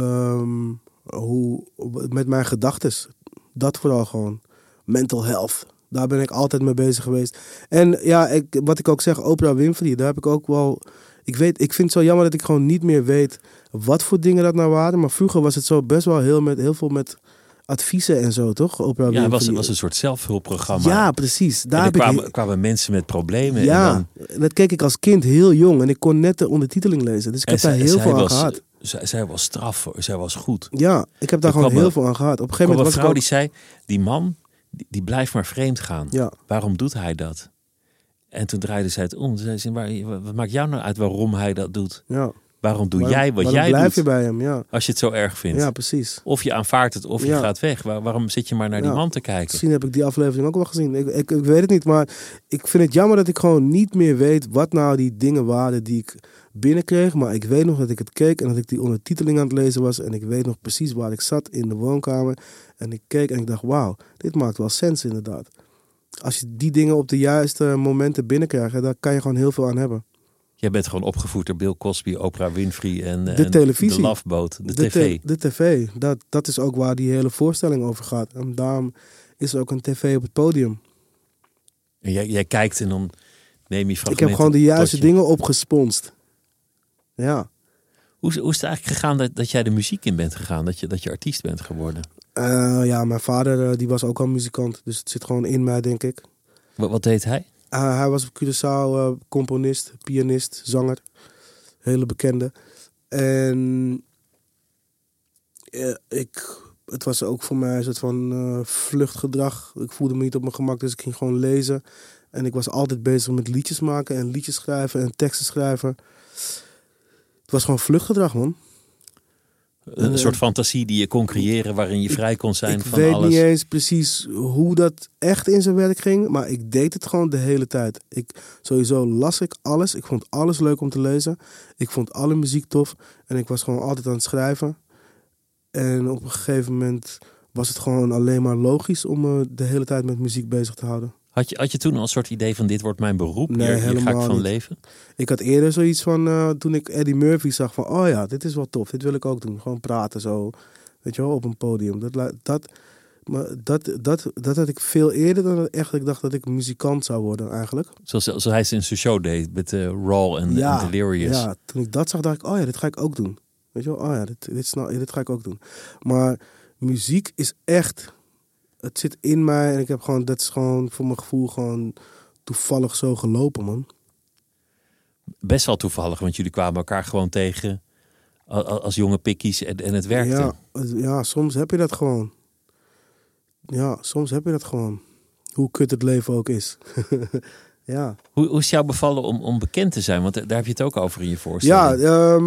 met mijn gedachtes. Dat vooral gewoon. Mental health. Daar ben ik altijd mee bezig geweest. En ja, wat ik ook zeg, Oprah Winfrey, daar heb ik ook wel... Ik vind het zo jammer dat ik gewoon niet meer weet wat voor dingen dat nou waren. Maar vroeger was het zo best wel heel veel met adviezen en zo, toch? Oprah Winfrey. Het was een soort zelfhulpprogramma. Ja, precies. Daar kwamen mensen met problemen. Ja, en dat keek ik als kind heel jong. En ik kon net de ondertiteling lezen. Dus ik heb daar heel veel aan gehad. Zij was straf, zij was goed. Ja, ik heb daar gewoon heel veel aan gehad. Op een gegeven moment was een vrouw die zei, die man, die blijft maar vreemd gaan. Ja. Waarom doet hij dat? En toen draaide zij het om. Ze zei, wat maakt jou nou uit waarom hij dat doet? Ja. Waarom doe jij wat jij blijf doet? Je bij hem, ja. Als je het zo erg vindt. Ja, precies. Of je aanvaardt het, of je gaat weg. Waarom zit je maar naar die man te kijken? Misschien heb ik die aflevering ook wel gezien. Ik weet het niet, maar ik vind het jammer dat ik gewoon niet meer weet wat nou die dingen waren die ik binnenkreeg. Maar ik weet nog dat ik het keek en dat ik die ondertiteling aan het lezen was. En ik weet nog precies waar ik zat in de woonkamer. En ik keek en ik dacht, wauw, dit maakt wel sens inderdaad. Als je die dingen op de juiste momenten binnenkrijgt, daar kan je gewoon heel veel aan hebben. Jij bent gewoon opgevoed door Bill Cosby, Oprah Winfrey en de televisie. De Love Boat, de tv. De tv, dat is ook waar die hele voorstelling over gaat. En daarom is er ook een tv op het podium. En jij kijkt en dan neem je fragmenten. Ik heb gewoon de juiste dingen opgesponst. Ja. Hoe is het eigenlijk gegaan dat jij de muziek in bent gegaan? Dat je artiest bent geworden? Ja, mijn vader die was ook al muzikant. Dus het zit gewoon in mij, denk ik. Wat deed hij? Hij was op Curaçao componist, pianist, zanger. Hele bekende. En het was ook voor mij een soort van vluchtgedrag. Ik voelde me niet op mijn gemak, dus ik ging gewoon lezen. En ik was altijd bezig met liedjes maken en liedjes schrijven en teksten schrijven. Het was gewoon vluchtgedrag, man. Een soort fantasie die je kon creëren waarin je vrij kon zijn van alles. Ik weet niet eens precies hoe dat echt in zijn werk ging, maar ik deed het gewoon de hele tijd. Sowieso las ik alles. Ik vond alles leuk om te lezen. Ik vond alle muziek tof en ik was gewoon altijd aan het schrijven. En op een gegeven moment was het gewoon alleen maar logisch om me de hele tijd met muziek bezig te houden. Had je toen al een soort idee van dit wordt mijn beroep? Nee, hier ga ik van niet. leven? Ik had eerder zoiets van, toen ik Eddie Murphy zag van, oh ja, dit is wel tof. Dit wil ik ook doen. Gewoon praten zo, weet je wel, op een podium. Dat had ik veel eerder dan echt ik dacht dat ik muzikant zou worden eigenlijk. Zoals hij in zijn show deed met Raw en Delirious. Ja, toen ik dat zag dacht ik, oh ja, dit ga ik ook doen. Weet je wel, oh ja, dit ga ik ook doen. Maar muziek is echt... Het zit in mij en ik heb gewoon, dat is gewoon voor mijn gevoel gewoon toevallig zo gelopen, man. Best wel toevallig, want jullie kwamen elkaar gewoon tegen als jonge pikkies en het werkte. Ja, soms heb je dat gewoon. Ja, soms heb je dat gewoon. Hoe kut het leven ook is. Ja. Hoe is het jou bevallen om bekend te zijn? Want daar heb je het ook over in je voorstelling. Ja,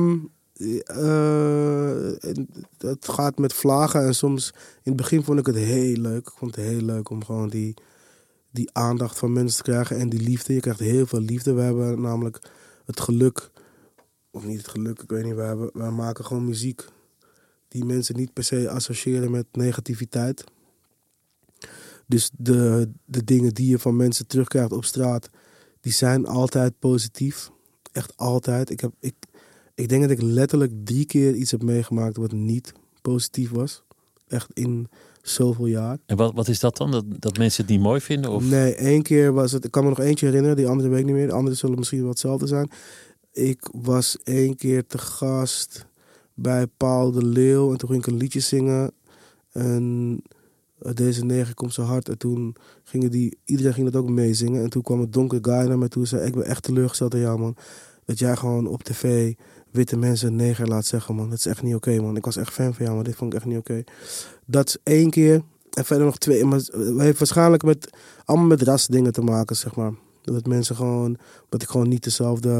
het gaat met vlagen en soms... In het begin vond ik het heel leuk. Ik vond het heel leuk om gewoon die aandacht van mensen te krijgen en die liefde. Je krijgt heel veel liefde. We hebben namelijk het geluk... Of niet het geluk, ik weet niet. Wij maken gewoon muziek die mensen niet per se associëren met negativiteit. Dus de dingen die je van mensen terugkrijgt op straat... die zijn altijd positief. Echt altijd. Ik denk dat ik letterlijk 3 keer iets heb meegemaakt wat niet positief was. Echt in zoveel jaar. En wat is dat dan? Dat mensen het niet mooi vinden? Of? Nee, 1 keer was het... Ik kan me nog eentje herinneren, die andere weet ik niet meer. De andere zullen misschien wel hetzelfde zijn. Ik was 1 keer te gast bij Paul de Leeuw. En toen ging ik een liedje zingen. En Deze Neger komt zo hard. En toen iedereen ging dat ook meezingen. En toen kwam een donker guy naar me toe en zei, ik ben echt teleurgesteld in jou, man. Dat jij gewoon op tv witte mensen neger laat zeggen, man. Dat is echt niet oké, man. Ik was echt fan van jou, maar dit vond ik echt niet oké. Dat is 1 keer. En verder nog 2. Maar het heeft waarschijnlijk allemaal met rasdingen te maken, zeg maar. Dat mensen gewoon, dat ik gewoon niet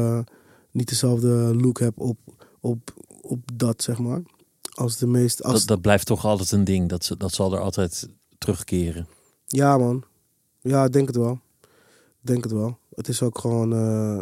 dezelfde look heb op dat, zeg maar. Als de meest... Dat blijft toch altijd een ding. Dat zal er altijd terugkeren. Ja, man. Ja, ik denk het wel. Het is ook gewoon...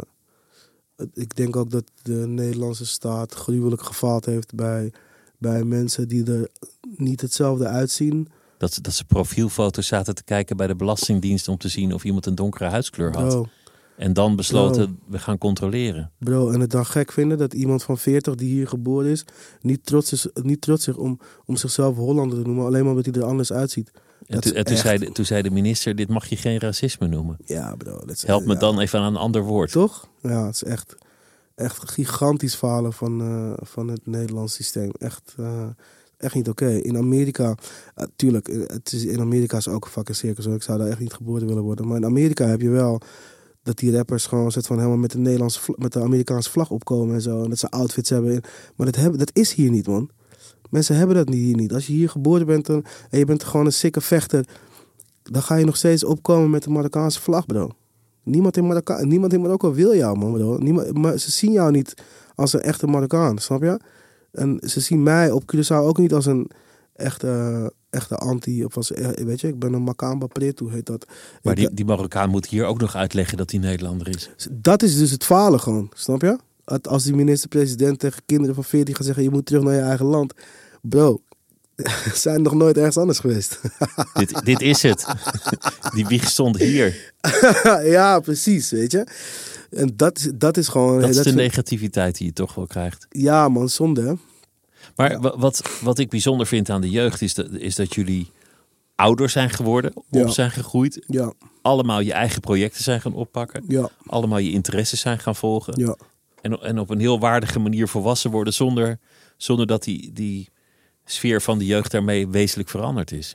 ik denk ook dat de Nederlandse staat gruwelijk gefaald heeft bij mensen die er niet hetzelfde uitzien. Dat ze profielfoto's zaten te kijken bij de Belastingdienst om te zien of iemand een donkere huidskleur had. Bro. En dan besloten, we gaan controleren. Bro, en het dan gek vinden dat iemand van 40 die hier geboren is, niet trots is om zichzelf Hollander te noemen, alleen maar omdat hij er anders uitziet. Toen zei de minister, dit mag je geen racisme noemen. Ja, bro. Help me dan even aan een ander woord. Toch? Ja, het is echt gigantisch falen van het Nederlands systeem. Echt niet oké. In Amerika, tuurlijk, in Amerika is ook een fucking circus. Hoor. Ik zou daar echt niet geboren willen worden. Maar in Amerika heb je wel dat die rappers gewoon soort van helemaal met de Amerikaanse vlag opkomen en zo. En dat ze outfits hebben. Maar dat is hier niet, man. Mensen hebben dat hier niet. Als je hier geboren bent en je bent gewoon een sikke vechter, dan ga je nog steeds opkomen met de Marokkaanse vlag, bro. Niemand in Marokko wil jou, man, bro. Maar ze zien jou niet als een echte Marokkaan, snap je? En ze zien mij op Curaçao ook niet als een echte anti. Of als, weet je, ik ben een Makamba Preto, heet dat. Maar die Marokkaan moet hier ook nog uitleggen dat hij Nederlander is. Dat is dus het falen gewoon, snap je? Als die minister-president tegen kinderen van 14 gaat zeggen, je moet terug naar je eigen land. Bro, zijn nog nooit ergens anders geweest. Dit is het. Die wieg stond hier. Ja, precies, weet je. En dat is gewoon... Dat is de negativiteit die je toch wel krijgt. Ja, man, zonde, hè. Maar wat ik bijzonder vind aan de jeugd is dat jullie ouder zijn geworden, op zijn gegroeid. Ja. Allemaal je eigen projecten zijn gaan oppakken. Ja. Allemaal je interesses zijn gaan volgen. Ja. En op een heel waardige manier volwassen worden zonder dat die sfeer van de jeugd daarmee wezenlijk veranderd is.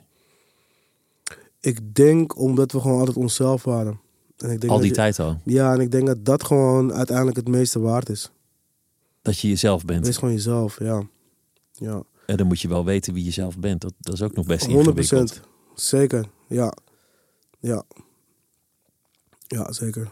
Ik denk omdat we gewoon altijd onszelf waren. En ik denk al die tijd al? Ja, en ik denk dat dat gewoon uiteindelijk het meeste waard is. Dat je jezelf bent? Wees gewoon jezelf, ja. En dan moet je wel weten wie je zelf bent. Dat is ook nog best ingewikkeld. 100%. Zeker, ja. Ja, zeker.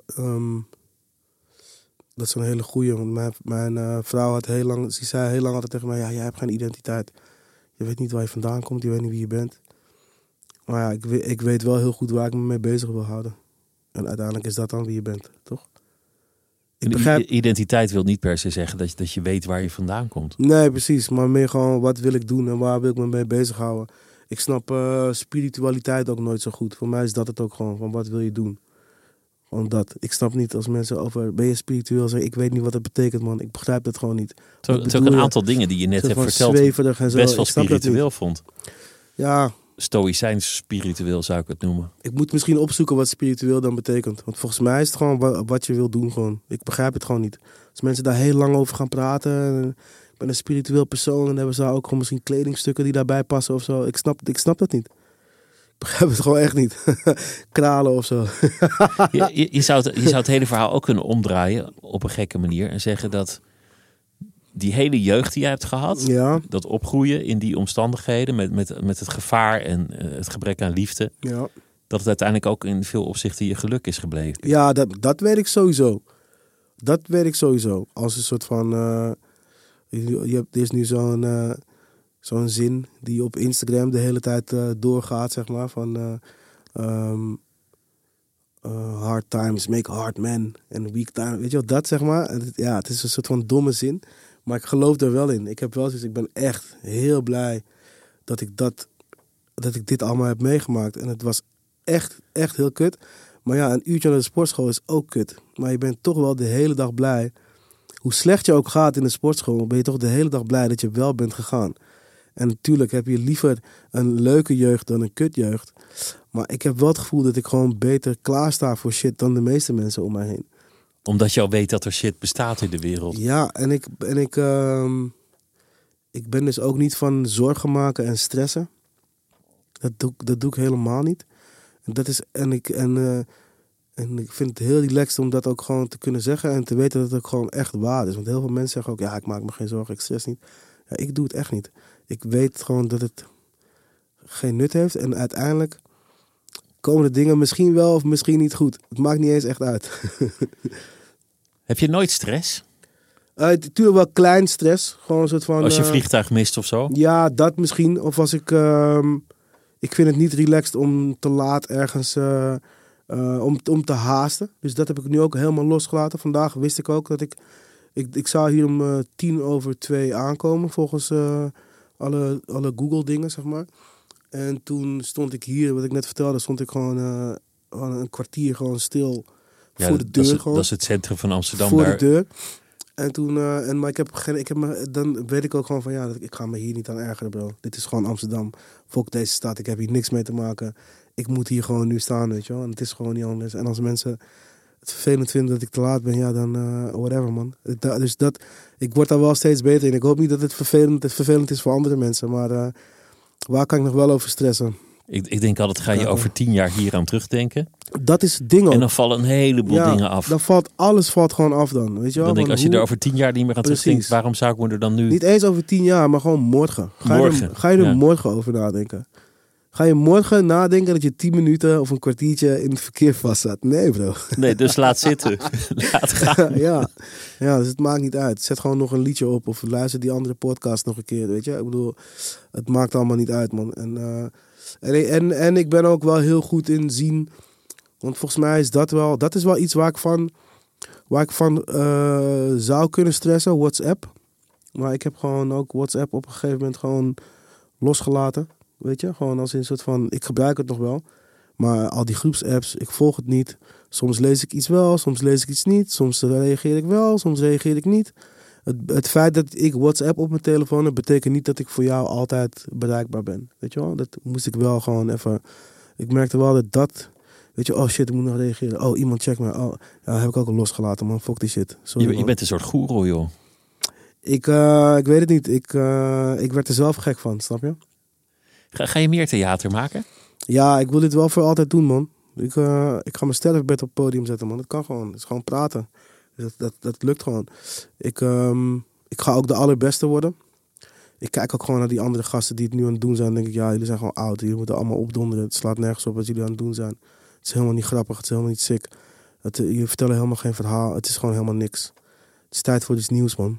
Dat is een hele goeie. Want mijn vrouw had zei heel lang altijd tegen mij, ja, jij hebt geen identiteit. Je weet niet waar je vandaan komt, je weet niet wie je bent. Maar ja, ik weet wel heel goed waar ik me mee bezig wil houden. En uiteindelijk is dat dan wie je bent, toch? Identiteit wil niet per se zeggen dat je weet waar je vandaan komt. Nee, precies. Maar meer gewoon, wat wil ik doen en waar wil ik me mee bezighouden? Ik snap spiritualiteit ook nooit zo goed. Voor mij is dat het ook gewoon, van wat wil je doen? Gewoon dat. Ik snap niet als mensen over, ben je spiritueel zeggen, ik weet niet wat dat betekent, man. Ik begrijp dat gewoon niet. Het is ook een aantal dingen die je net hebt verteld, best wel spiritueel vond. Ja. Stoïcijns spiritueel zou ik het noemen. Ik moet misschien opzoeken wat spiritueel dan betekent. Want volgens mij is het gewoon wat je wil doen. Gewoon. Ik begrijp het gewoon niet. Als mensen daar heel lang over gaan praten. En ik ben een spiritueel persoon. En hebben ze ook gewoon misschien kledingstukken die daarbij passen of zo. Ik snap dat niet. Ik begrijp het gewoon echt niet. Kralen of zo. je zou het hele verhaal ook kunnen omdraaien op een gekke manier. En zeggen dat die hele jeugd die jij hebt gehad, dat opgroeien in die omstandigheden met het gevaar en het gebrek aan liefde, dat het uiteindelijk ook in veel opzichten je geluk is gebleven. Ja, dat weet ik sowieso. Dat weet ik sowieso. Als een soort van, er is nu zo'n zin die op Instagram de hele tijd doorgaat, zeg maar, van hard times make hard men and weak times, weet je wat, dat zeg maar. Ja, het is een soort van domme zin. Maar ik geloof er wel in. Ik ben echt heel blij dat ik dit allemaal heb meegemaakt. En het was echt heel kut. Maar ja, een uurtje naar de sportschool is ook kut. Maar je bent toch wel de hele dag blij. Hoe slecht je ook gaat in de sportschool, ben je toch de hele dag blij dat je wel bent gegaan. En natuurlijk heb je liever een leuke jeugd dan een kutjeugd. Maar ik heb wel het gevoel dat ik gewoon beter klaarsta voor shit dan de meeste mensen om mij heen. Omdat je al weet dat er shit bestaat in de wereld. Ja, en ik ben dus ook niet van zorgen maken en stressen. Dat doe ik helemaal niet. En ik vind het heel relaxed om dat ook gewoon te kunnen zeggen en te weten dat het ook gewoon echt waar is. Want heel veel mensen zeggen ook, ja, ik maak me geen zorgen, ik stress niet. Ja, ik doe het echt niet. Ik weet gewoon dat het geen nut heeft en uiteindelijk komen de dingen misschien wel of misschien niet goed. Het maakt niet eens echt uit. Heb je nooit stress? Natuurlijk wel klein stress. Gewoon een soort van... Als je een vliegtuig mist of zo? Ja, dat misschien. Of als ik... ik vind het niet relaxed om te laat ergens... om te haasten. Dus dat heb ik nu ook helemaal losgelaten. Vandaag wist ik ook dat ik zou hier om 1:50 aankomen. Volgens alle Google dingen, zeg maar. En toen stond ik hier, wat ik net vertelde, stond ik gewoon een kwartier gewoon stil voor de deur. Dat is het centrum van Amsterdam. Voor daar. de deur. En toen, maar dan weet ik ook gewoon van ja, ik ga me hier niet aan ergeren, bro. Dit is gewoon Amsterdam. Fuck deze stad, ik heb hier niks mee te maken. Ik moet hier gewoon nu staan, weet je wel. En het is gewoon niet anders. En als mensen het vervelend vinden dat ik te laat ben, ja, dan whatever, man. Dus ik word daar wel steeds beter in. Ik hoop niet dat het vervelend is voor andere mensen, maar waar kan ik nog wel over stressen? Ik denk altijd, ga je over 10 jaar hier aan terugdenken. Dat is het ding ook. En dan vallen een heleboel dingen af. Dan alles valt gewoon af dan. Weet je wel? Dan denk ik, als je er over 10 jaar niet meer aan terugdenkt, waarom zou ik me er dan nu... Niet eens over 10 jaar, maar gewoon morgen. Ga je er morgen over nadenken? Ga je morgen nadenken dat je 10 minuten of een kwartiertje in het verkeer vast zat? Nee, bro. Nee, dus laat zitten. Laat gaan. Ja, dus het maakt niet uit. Zet gewoon nog een liedje op of luister die andere podcast nog een keer, weet je. Ik bedoel, het maakt allemaal niet uit, man. En ik ben ook wel heel goed in zien, want volgens mij is dat is wel iets waar ik van zou kunnen stressen, WhatsApp. Maar ik heb gewoon ook WhatsApp op een gegeven moment gewoon losgelaten. Weet je, gewoon als een soort van, ik gebruik het nog wel. Maar al die groepsapps, ik volg het niet. Soms lees ik iets wel, soms lees ik iets niet. Soms reageer ik wel, soms reageer ik niet. Het feit dat ik WhatsApp op mijn telefoon heb, betekent niet dat ik voor jou altijd bereikbaar ben. Weet je wel, dat moest ik wel gewoon even... Ik merkte wel dat... Weet je, oh shit, ik moet nog reageren. Oh, iemand checkt me. Oh, ja, heb ik ook al losgelaten, man. Fuck die shit. Sorry, je bent een soort goeroe, joh. Ik weet het niet. Ik werd er zelf gek van, snap je? Ga je meer theater maken? Ja, ik wil dit wel voor altijd doen, man. Ik ga mijn sterfbed op het podium zetten, man. Dat kan gewoon. Het is gewoon praten. Dat lukt gewoon. Ik ga ook de allerbeste worden. Ik kijk ook gewoon naar die andere gasten die het nu aan het doen zijn. Dan denk ik, ja, jullie zijn gewoon oud. Jullie moeten allemaal opdonderen. Het slaat nergens op wat jullie aan het doen zijn. Het is helemaal niet grappig. Het is helemaal niet sick. Jullie vertellen helemaal geen verhaal. Het is gewoon helemaal niks. Het is tijd voor iets nieuws, man.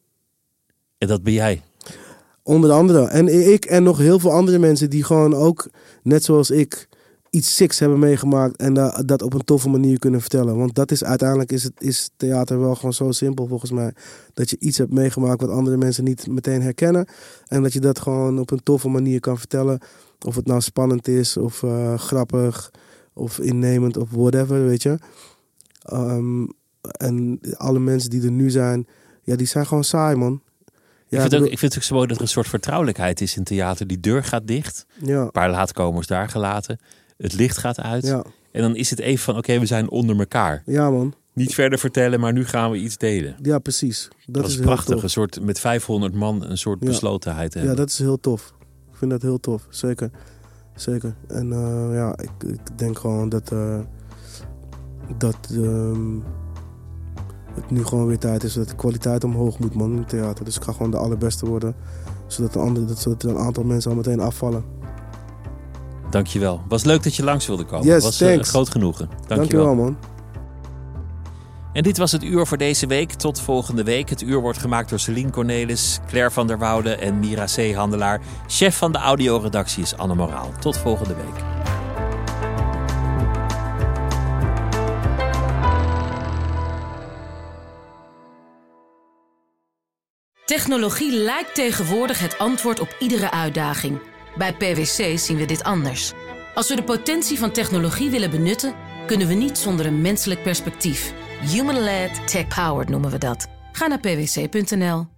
En dat ben jij? Onder andere. En ik en nog heel veel andere mensen die gewoon ook, net zoals ik, iets sicks hebben meegemaakt en dat op een toffe manier kunnen vertellen. Want dat is uiteindelijk is theater wel gewoon zo simpel volgens mij. Dat je iets hebt meegemaakt wat andere mensen niet meteen herkennen. En dat je dat gewoon op een toffe manier kan vertellen. Of het nou spannend is of grappig of innemend of whatever, weet je. En alle mensen die er nu zijn, ja, die zijn gewoon saai, man. Ja, ik vind het ook zo mooi dat er een soort vertrouwelijkheid is in theater. Die deur gaat dicht. Ja. Een paar laatkomers daar gelaten. Het licht gaat uit. Ja. En dan is het even van, oké, we zijn onder elkaar. Ja, man. Niet verder vertellen, maar nu gaan we iets delen. Ja, precies. Dat is prachtig. Een soort met 500 man een soort beslotenheid hebben. Ja, dat is heel tof. Ik vind dat heel tof. Zeker. En ik denk gewoon dat het nu gewoon weer tijd is dat de kwaliteit omhoog moet, man, in het theater. Dus ik ga gewoon de allerbeste worden, zodat er een aantal mensen al meteen afvallen. Dankjewel. Was leuk dat je langs wilde komen. Yes, was groot genoegen. Dankjewel, man. En dit was het uur voor deze week. Tot volgende week. Het uur wordt gemaakt door Celine Cornelis, Claire van der Woude en Mira Zeehandelaar. Chef van de audioredactie is Anne Moraal. Tot volgende week. Technologie lijkt tegenwoordig het antwoord op iedere uitdaging. Bij PwC zien we dit anders. Als we de potentie van technologie willen benutten, kunnen we niet zonder een menselijk perspectief. Human-led, tech-powered noemen we dat. Ga naar pwc.nl.